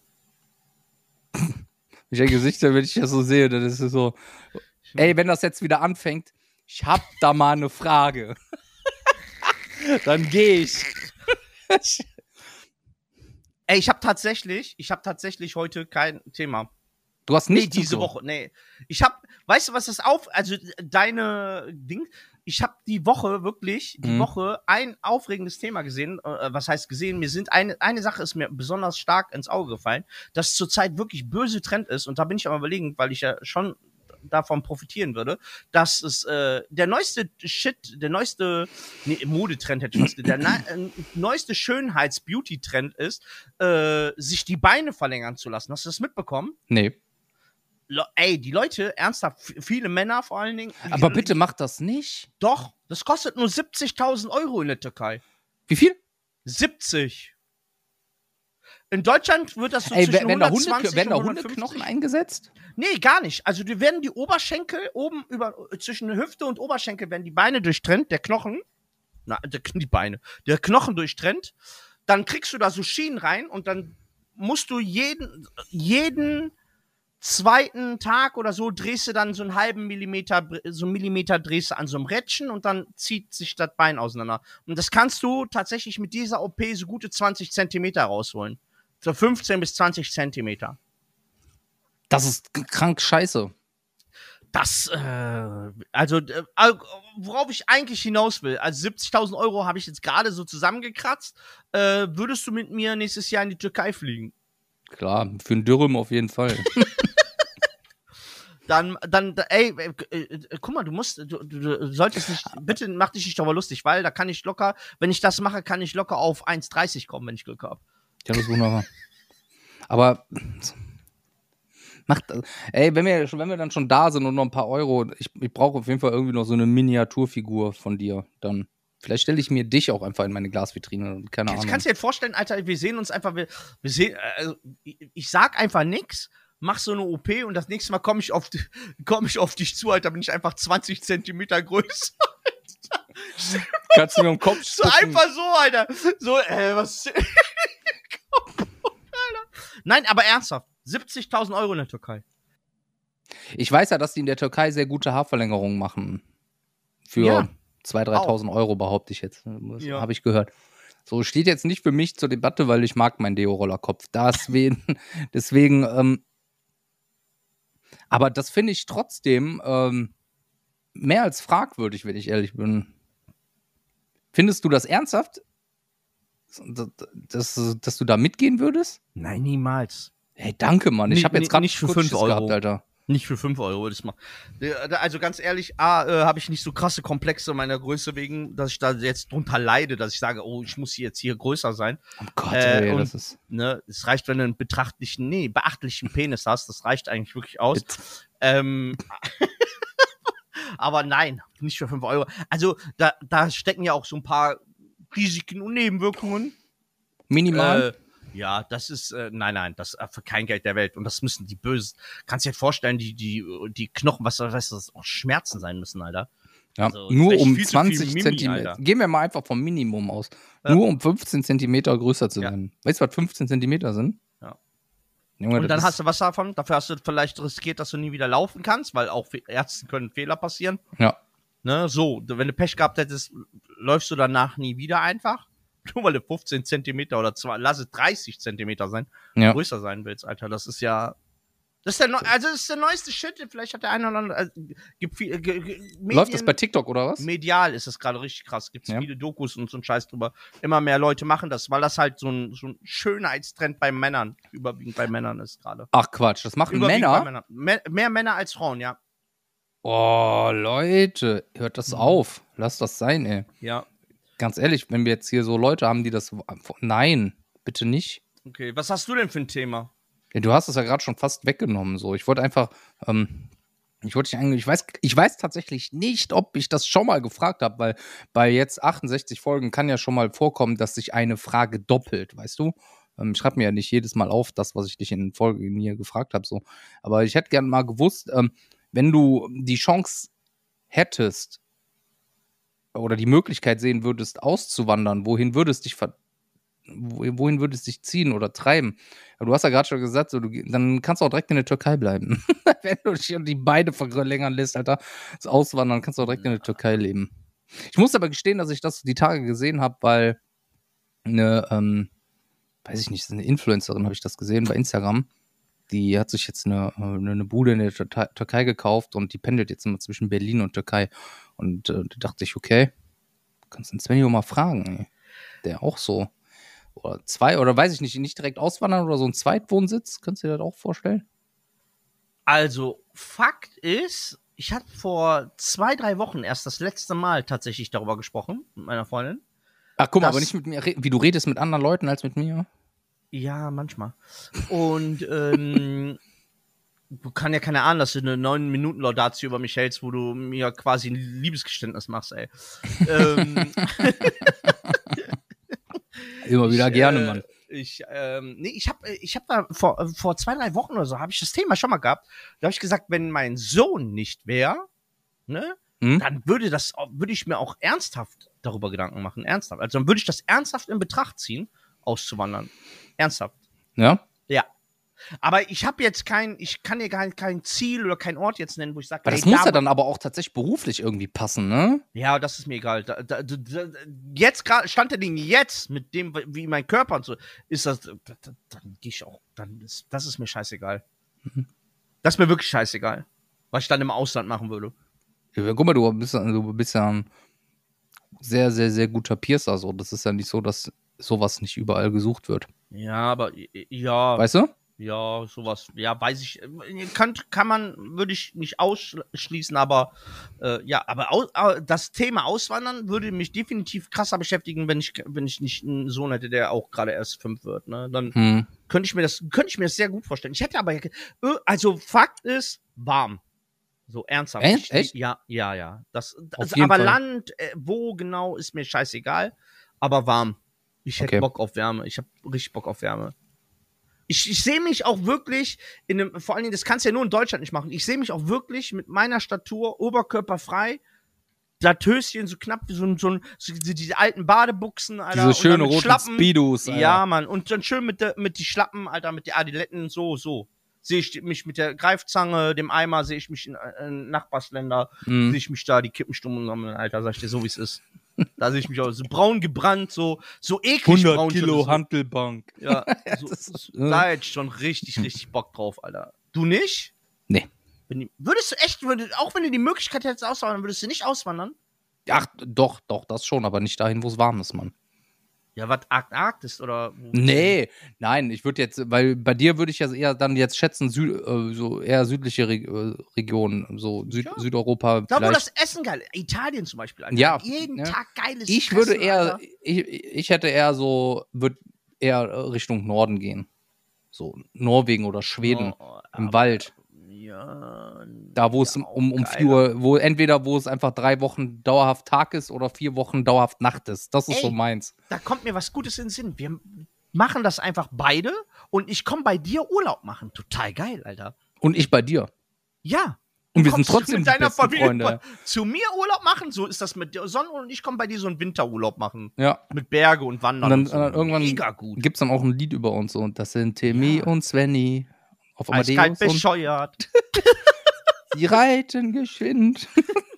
Welche Gesichter, wenn ich das so sehe, dann ist es so, ey, wenn das jetzt wieder anfängt, ich hab da mal eine Frage. Dann gehe ich. Ey, ich habe tatsächlich, ich habe tatsächlich heute kein Thema. Du hast Nee, nicht diese Woche, nee. Ich hab, weißt du, was das auf, also deine Ding, ich habe die Woche wirklich, die Mhm. Woche ein aufregendes Thema gesehen. Äh, was heißt gesehen? Mir sind eine, eine Sache ist mir besonders stark ins Auge gefallen, dass zurzeit wirklich böse Trend ist. Und da bin ich am Überlegen, weil ich ja schon davon profitieren würde, dass es äh, der neueste Shit, der neueste nee, Modetrend hätte ich fast gesagt, der na, äh, neueste Schönheits-Beauty-Trend ist, äh, sich die Beine verlängern zu lassen. Hast du das mitbekommen? Nee. Le- Ey, die Leute, ernsthaft, f- viele Männer vor allen Dingen. Aber bitte mach das nicht. Doch, das kostet nur siebzigtausend Euro in der Türkei. Wie viel? siebzig. In Deutschland wird das so Ey, zwischen werden da, Hunde, hundertzwanzig werden da und hundertfünfzig. Hundeknochen eingesetzt? Nee, gar nicht. Also die werden die Oberschenkel oben über zwischen Hüfte und Oberschenkel werden die Beine durchtrennt, der Knochen. Na, der, die Beine. Der Knochen durchtrennt. Dann kriegst du da so Schienen rein und dann musst du jeden jeden zweiten Tag oder so drehst du dann so einen halben Millimeter, so einen Millimeter drehst du an so einem Rädchen und dann zieht sich das Bein auseinander. Und das kannst du tatsächlich mit dieser O P so gute zwanzig Zentimeter rausholen. So fünfzehn bis zwanzig Zentimeter. Das ist k- krank scheiße. Das, äh, also, äh, worauf ich eigentlich hinaus will, also siebzigtausend Euro habe ich jetzt gerade so zusammengekratzt, äh, würdest du mit mir nächstes Jahr in die Türkei fliegen? Klar, für einen Dürüm auf jeden Fall. Dann, dann, ey, äh, äh, äh, guck mal, du musst, du, du, du solltest nicht, bitte mach dich nicht darüber lustig, weil da kann ich locker, wenn ich das mache, kann ich locker auf eins dreißig kommen, wenn ich Glück habe. Ja, das ist wunderbar. Aber macht, ey, wenn wir, schon- wenn wir dann schon da sind und noch ein paar Euro, ich, ich brauche auf jeden Fall irgendwie noch so eine Miniaturfigur von dir. Dann vielleicht stelle ich mir dich auch einfach in meine Glasvitrine. Keine Jetzt Ahnung. kannst du dir jetzt vorstellen, Alter, wir sehen uns einfach, wir, wir sehen, also, ich, ich sag einfach nix, mach so eine O P und das nächste Mal komme ich, auf, komm ich auf dich zu, Alter, bin ich einfach zwanzig Zentimeter größer. Kannst du mir im Kopf So spucken? einfach so, Alter. So, äh, was. Alter. Nein, aber ernsthaft. siebzigtausend Euro in der Türkei. Ich weiß ja, dass die in der Türkei sehr gute Haarverlängerungen machen. Für Ja. zweitausend, dreitausend Euro, behaupte ich jetzt. Das Ja. habe ich gehört. So, steht jetzt nicht für mich zur Debatte, weil ich mag meinen Deo-Rollerkopf. Deswegen, deswegen, ähm, aber das finde ich trotzdem ähm, mehr als fragwürdig, wenn ich ehrlich bin. Findest du das ernsthaft? Dass, dass, dass du da mitgehen würdest? Nein, niemals. Hey, danke, Mann. Ich Nee, habe jetzt nee, gerade nicht für kurz fünf Schiss Euro. gehabt, Alter. Nicht für fünf Euro, das mal. Also ganz ehrlich, A, äh, habe ich nicht so krasse Komplexe meiner Größe wegen, dass ich da jetzt drunter leide, dass ich sage, oh, ich muss jetzt hier größer sein. Oh Gott, Äh, ey, und- das ist. Ne, es reicht, wenn du einen betrachtlichen, nee, beachtlichen Penis hast. Das reicht eigentlich wirklich aus. Ähm, aber nein, nicht für fünf Euro. Also, da, da stecken ja auch so ein paar Risiken und Nebenwirkungen. Minimal. Äh, ja, das ist, äh, nein, nein, das äh, für kein Geld der Welt. Und das müssen die Bösen. Kannst du dir vorstellen, die, die, die Knochen, was weißt du, das auch Schmerzen sein müssen, Alter. Ja, Also, nur echt um viel zu zwanzig viel Mimi, Zentimeter. Alter. Gehen wir mal einfach vom Minimum aus. Ja. Nur um fünfzehn Zentimeter größer zu Ja. werden. Weißt du, was fünfzehn Zentimeter sind? Ja. Junge, Und das dann hast ist, du was davon. Dafür hast du vielleicht riskiert, dass du nie wieder laufen kannst, weil auch Fe- Ärzten können Fehler passieren. Ja. Ne, so, wenn du Pech gehabt hättest, läufst du danach nie wieder einfach. Nur weil du fünfzehn Zentimeter oder zwar, lass es dreißig Zentimeter sein, Ja. größer sein willst, Alter. Das ist ja. Das ist der, Neu also das ist der neueste Shit. Vielleicht hat der eine oder andere. Also, gibt viel, ge ge Medien, Läuft das bei TikTok oder was? medial ist das gerade richtig krass. Gibt es Ja. viele Dokus und so ein Scheiß drüber. Immer mehr Leute machen das, weil das halt so ein, so ein Schönheitstrend bei Männern, überwiegend bei Männern ist gerade. Ach Quatsch, das machen Überwiegend bei Männer? Männern. Mehr, mehr Männer als Frauen, ja. Oh, Leute, hört das auf. Lass das sein, ey. Ja. Ganz ehrlich, wenn wir jetzt hier so Leute haben, die das. Nein, bitte nicht. Okay, was hast du denn für ein Thema? Ja, du hast es ja gerade schon fast weggenommen. So, ich wollte einfach, ähm, ich wollte dich eigentlich, ich weiß, ich weiß tatsächlich nicht, ob ich das schon mal gefragt habe, weil bei jetzt achtundsechzig Folgen kann ja schon mal vorkommen, dass sich eine Frage doppelt, weißt du? Ähm, ich schreibe mir ja nicht jedes Mal auf, das, was ich dich in den Folgen hier gefragt habe, so. Aber ich hätte gerne mal gewusst, ähm, wenn du die Chance hättest oder die Möglichkeit sehen würdest, auszuwandern, wohin würdest dich ver wohin würdest du dich ziehen oder treiben? Du hast ja gerade schon gesagt, so, du, dann kannst du auch direkt in der Türkei bleiben. Wenn du dich die Beine verlängern lässt, Alter, das Auswandern, kannst du auch direkt in der Türkei leben. Ich muss aber gestehen, dass ich das die Tage gesehen habe, weil eine, ähm, weiß ich nicht, das ist eine Influencerin, habe ich das gesehen bei Instagram. die hat sich jetzt eine, eine, eine Bude in der Türkei, Türkei gekauft und die pendelt jetzt immer zwischen Berlin und Türkei. Und äh, da dachte ich, okay, kannst du den Svenjo mal fragen, ey. Der auch so, oder zwei, oder weiß ich nicht, nicht direkt auswandern oder so ein Zweitwohnsitz, kannst du dir das auch vorstellen? Also, Fakt ist, ich hatte vor zwei, drei Wochen erst das letzte Mal tatsächlich darüber gesprochen mit meiner Freundin. Ach, guck mal, Das- aber nicht mit mir, re- wie du redest mit anderen Leuten als mit mir. Ja, manchmal. Und ähm, du kann ja keine Ahnung, dass du eine neun Minuten Laudatio über mich hältst, wo du mir quasi ein Liebesgeständnis machst, ey. ähm, Immer wieder ich, gerne, äh, Mann. Ich, ähm, nee, ich habe ich hab da vor, äh, vor zwei, drei Wochen oder so, habe ich das Thema schon mal gehabt. Da habe ich gesagt, wenn mein Sohn nicht wäre, ne, Hm? dann würde das, auch- würde ich mir auch ernsthaft darüber Gedanken machen, ernsthaft. Also dann würde ich das ernsthaft in Betracht ziehen, auszuwandern. Ernsthaft. Ja? Ja. Aber ich habe jetzt kein, ich kann dir kein, kein Ziel oder kein Ort jetzt nennen, wo ich sage, Aber das muss ja dann aber auch tatsächlich beruflich irgendwie passen, ne? Ja, das ist mir egal. Da, da, da, da, jetzt gerade, Stand der Dinge jetzt, mit dem, wie mein Körper und so, ist das, da, da, dann gehe ich auch, dann ist, das ist mir scheißegal. Mhm. Das ist mir wirklich scheißegal, was ich dann im Ausland machen würde. Ja, guck mal, du bist, du bist ja ein sehr, sehr, sehr guter Piercer. So. Das ist ja nicht so, dass sowas nicht überall gesucht wird. Ja, aber, ja, Weißt du? ja, sowas, ja, weiß ich, kann, kann man, würde ich nicht ausschließen, aber, äh, ja, aber au, au, das Thema Auswandern würde mich definitiv krasser beschäftigen, wenn ich, wenn ich nicht einen Sohn hätte, der auch gerade erst fünf wird, ne, dann Hm. könnte ich mir das, könnte ich mir das sehr gut vorstellen. Ich hätte aber, äh, also Fakt ist, warm. So ernsthaft. Echt? Ich- Echt? Ja, ja, ja. Das, das jeden aber Fall. Land, äh, wo genau, ist mir scheißegal, aber warm. Ich hätte Okay. Bock auf Wärme. Ich habe richtig Bock auf Wärme. Ich, ich sehe mich auch wirklich in einem, vor allen Dingen, das kannst du ja nur in Deutschland nicht machen. Ich sehe mich auch wirklich mit meiner Statur, oberkörperfrei, Höschen so knapp wie so ein, so ein, so diese, diese alten Badebuchsen, Alter. Diese und dann schönen mit roten Schlappen. Speedos, Alter. Ja, Mann. Und dann schön mit, der, mit die Schlappen, Alter, mit den Adiletten, so, so. Sehe ich mich mit der Greifzange, dem Eimer, sehe ich mich in, in Nachbarsländer, Hm. sehe ich mich da, die Kippenstummen sammeln, Alter, sag ich dir so, wie es ist. Da sehe ich mich auch so braun gebrannt, so, so eklig braun. schon, so. Hantelbank. Ja, so, das ist- so, da hätte ich schon richtig, richtig Bock drauf, Alter. Du nicht? Nee. Wenn die, würdest du echt, würd, auch wenn du die Möglichkeit hättest auswandern, würdest du nicht auswandern? Ach, doch, doch, das schon, aber nicht dahin, wo es warm ist, Mann. Ja, was, Arktis oder? wo- Nee, nein, ich würde jetzt, weil bei dir würde ich ja eher dann jetzt schätzen, Sü äh, so eher südliche Re äh, Regionen, so Süd Ja. Südeuropa. Da, wo vielleicht. das Essen geil ist. Italien zum Beispiel, Alter. Ja, Jeden ja. Tag geiles Ich würde Essen, eher, Alter. ich, ich hätte eher so, würde eher Richtung Norden gehen. So Norwegen oder Schweden, Oh, im aber- Wald. Ja. Da, wo es ja, um, um geiler. vier Uhr, wo entweder wo es einfach drei Wochen dauerhaft Tag ist oder vier Wochen dauerhaft Nacht ist. Das ist Ey. so meins. Da kommt mir was Gutes in den Sinn. Wir machen das einfach beide und ich komme bei dir Urlaub machen. Total geil, Alter. Und ich bei dir. Ja. Und wir Kommst sind du trotzdem mit die deiner besten Familie Freunde. zu mir Urlaub machen. So ist das mit der Sonne und ich komme bei dir so einen Winterurlaub machen. Ja. Mit Berge und Und Wandern. dann, und so. dann irgendwann Mega gut. gibt es dann auch ein Lied über uns. So. Und das sind Timmy Ja. und Svenny. Auf Eiskalt Amadeus und bescheuert. die reiten geschwind.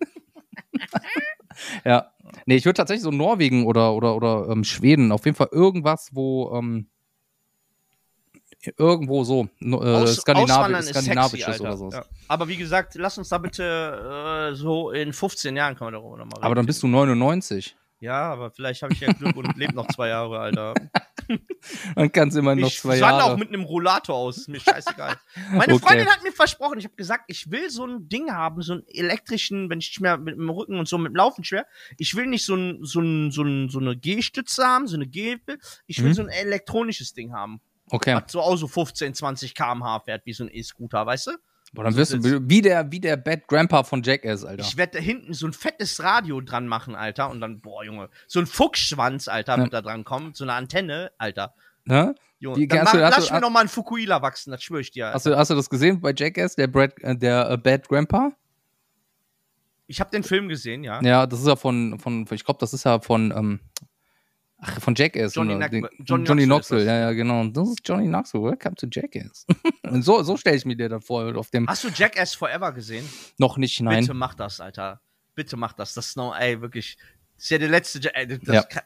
Ja. Nee, ich würde tatsächlich so Norwegen oder, oder, oder ähm, Schweden, auf jeden Fall irgendwas, wo ähm, irgendwo so no, äh, Aus- Skandinavi Auswandern ist skandinavisches sexy, oder Alter. so. Ja. Aber wie gesagt, lass uns da bitte äh, so in fünfzehn Jahren können wir darüber nochmal reden. Aber dann bist du neunundneunzig. Ja, aber vielleicht habe ich ja Glück und lebe noch zwei Jahre, Alter. Dann kannst du immer noch Ich zwei wandere Jahre. auch mit einem Rollator aus, ist mir scheißegal. Meine Okay. Freundin hat mir versprochen, ich habe gesagt, ich will so ein Ding haben, so einen elektrischen, wenn ich nicht mehr mit dem Rücken und so mit dem Laufen schwer, ich will nicht so, ein, so, ein, so, ein, so eine Gehstütze haben, so eine Gehhilfe, ich will Mhm. so ein elektronisches Ding haben, Okay. was so auch so fünfzehn, zwanzig Kilometer pro Stunde fährt, wie so ein E-Scooter, weißt du? Boah, dann so wirst du sitzt- wie der, wie der Bad Grandpa von Jackass, Alter. Ich werde da hinten so ein fettes Radio dran machen, Alter, und dann, boah, Junge, so ein Fuchsschwanz, Alter, Ja. wird da dran kommen, so eine Antenne, Alter. Ne? Junge, Wie- dann hast du- mach, hast lass du- ich mir noch mal einen Fukuhila wachsen, das schwöre ich dir. Hast du, hast du das gesehen bei Jackass, der, Brad, äh, der äh, Bad Grandpa? Ich habe den Film gesehen, ja. Ja, das ist ja von, von ich glaube, das ist ja von, ähm, ach, von Jackass. Johnny oder? Knack- Den- Johnny Johnny Knoxville Knoxville, ist das. ja, ja, genau. Und das ist Johnny Knoxville. Welcome to Jackass. Und so, so stelle ich mir dir da vor, auf dem, Hast du Jackass Forever gesehen? noch nicht, nein. Bitte mach das, Alter. Bitte mach das. Das ist noch, ey, wirklich. Das ist ja der letzte Ja- ey, das Ja. kann,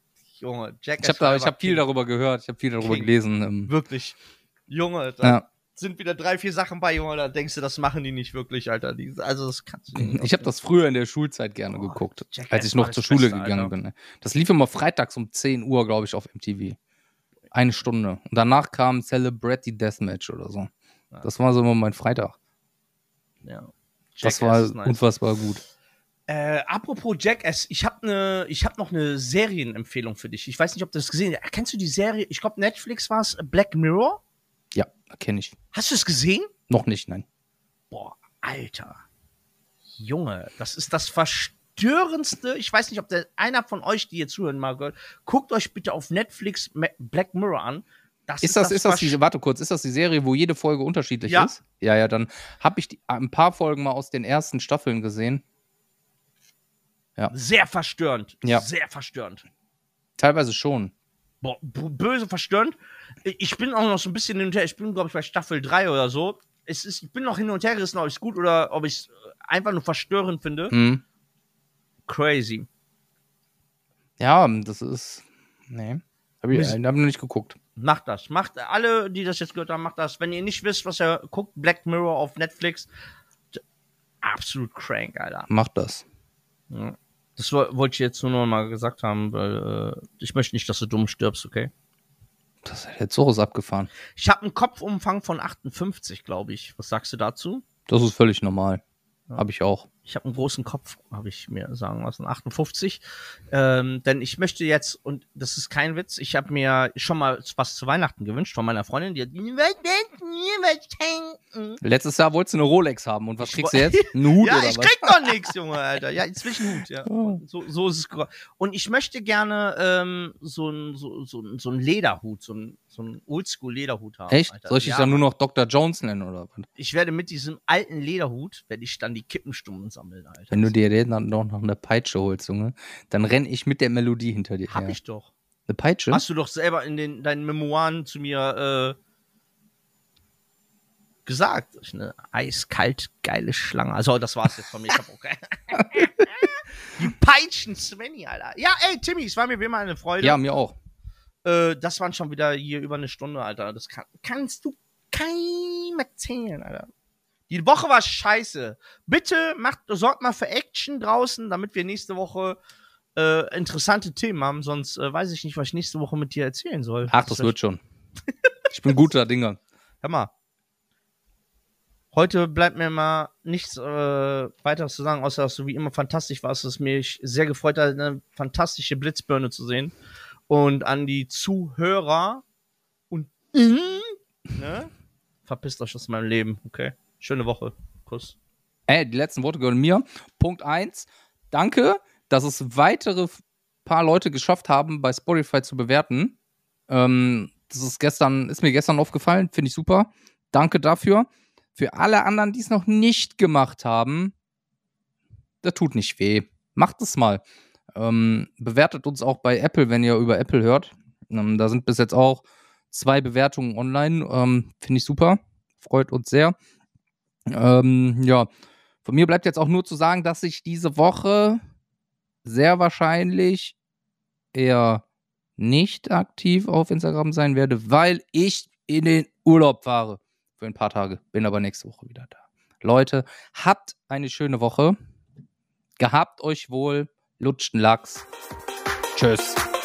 Junge, Jackass Ich habe da, ich Forever, hab viel King. darüber gehört, ich habe viel darüber King. gelesen. Ähm, Wirklich. Junge, da, ja. sind wieder drei, vier Sachen bei, Junge, da denkst du, das machen die nicht wirklich, Alter. Die, also das kannst du nicht. Ich habe das früher in der Schulzeit gerne oh, geguckt, Jackass als ich noch zur Schule Beste, gegangen Alter. bin. Das lief immer freitags um zehn Uhr, glaube ich, auf M T V. Eine Stunde. Und danach kam Celebrity Deathmatch oder so. Ja. Das war so immer mein Freitag. Ja. Das war nice. Unfassbar gut. Äh, apropos Jackass, ich habe ne, ich habe noch eine Serienempfehlung für dich. Ich weiß nicht, ob du das gesehen hast. Kennst du die Serie? Ich glaube, Netflix war es, Black Mirror? Ja, kenne ich. Hast du es gesehen? Noch nicht, nein. Boah, Alter. Junge, das ist das verstörendste. Ich weiß nicht, ob der, einer von euch, die hier zuhören, mal gehört. Guckt euch bitte auf Netflix Black Mirror an. Das ist, ist das, das ist das die, warte kurz, ist das die Serie, wo jede Folge unterschiedlich ja. ist? Ja, ja, dann habe ich die, ein paar Folgen mal aus den ersten Staffeln gesehen. Ja. Sehr verstörend. Ja. Sehr verstörend. Teilweise schon. Boah, böse verstörend. Ich bin auch noch so ein bisschen hin und her. Ich bin, glaube ich, bei Staffel drei oder so. Es ist, ich bin noch hin und her gerissen, ob ich es gut oder ob ich es einfach nur verstörend finde. Hm. Crazy. Ja, das ist. Nee. Hab ich, hab ich noch nicht geguckt. Macht das. Macht alle, die das jetzt gehört haben, macht das. Wenn ihr nicht wisst, was ihr guckt, Black Mirror auf Netflix. Absolut crank, Alter. Macht das. Ja. Das wollte ich jetzt nur noch mal gesagt haben, weil äh, ich möchte nicht, dass du dumm stirbst, okay? Das ist jetzt so abgefahren. Ich habe einen Kopfumfang von achtundfünfzig, glaube ich. Was sagst du dazu? Das ist völlig normal. Ja. Habe ich auch. Ich habe einen großen Kopf, habe ich mir sagen lassen, achtundfünfzig. Ähm, denn ich möchte jetzt, und das ist kein Witz, ich habe mir schon mal was zu Weihnachten gewünscht von meiner Freundin, die hat mir was schenken. Letztes Jahr wolltest du eine Rolex haben und was kriegst du jetzt? Einen Hut ja, oder ich was? krieg noch nichts, Junge, Alter. Ja, jetzt will ich einen Hut, ja. So, so ist es. Und ich möchte gerne ähm, so einen so, so, so ein Lederhut, so einen so ein Oldschool-Lederhut haben. Echt? Alter. Soll ich dich ja, dann nur noch Doktor Jones nennen oder was? Ich werde mit diesem alten Lederhut, werde ich dann die Kippenstummen sammeln, Alter. Wenn du dir dann noch eine Peitsche holst, Junge, dann renn ich mit der Melodie hinter dir Hab her. ich doch. Eine Peitsche? Hast du doch selber in den, deinen Memoiren zu mir äh, gesagt. Ich eine eiskalt geile Schlange. Also, das war's jetzt von mir. Ich hab okay. Die Peitschen Svenny, Alter. Ja, ey, Timmy, es war mir wie immer eine Freude. Ja, mir auch. Äh, das waren schon wieder hier über eine Stunde, Alter. Das kann, kannst du keinem erzählen, Alter. Die Woche war scheiße. Bitte macht, sorgt mal für Action draußen, damit wir nächste Woche äh, interessante Themen haben. Sonst äh, weiß ich nicht, was ich nächste Woche mit dir erzählen soll. Ach, das, das wird schon. Ich bin guter Dinger. Hör mal. Heute bleibt mir mal nichts äh, weiteres zu sagen, außer dass du wie immer fantastisch warst. Es mich sehr gefreut hat, eine fantastische Blitzbirne zu sehen. Und an die Zuhörer und ne? Verpisst euch aus meinem Leben, okay? Schöne Woche. Kuss. Ey, die letzten Worte gehören mir. Punkt eins. Danke, dass es weitere paar Leute geschafft haben, bei Spotify zu bewerten. Ähm, das ist gestern, ist mir gestern aufgefallen. Finde ich super. Danke dafür. Für alle anderen, die es noch nicht gemacht haben, das tut nicht weh. Macht es mal. Ähm, bewertet uns auch bei Apple, wenn ihr über Apple hört. Ähm, da sind bis jetzt auch zwei Bewertungen online. Ähm, Finde ich super. Freut uns sehr. Ähm, ja, von mir bleibt jetzt auch nur zu sagen, dass ich diese Woche sehr wahrscheinlich eher nicht aktiv auf Instagram sein werde, weil ich in den Urlaub fahre für ein paar Tage. Bin aber nächste Woche wieder da. Leute, habt eine schöne Woche. Gehabt euch wohl. Lutschten Lachs. Tschüss.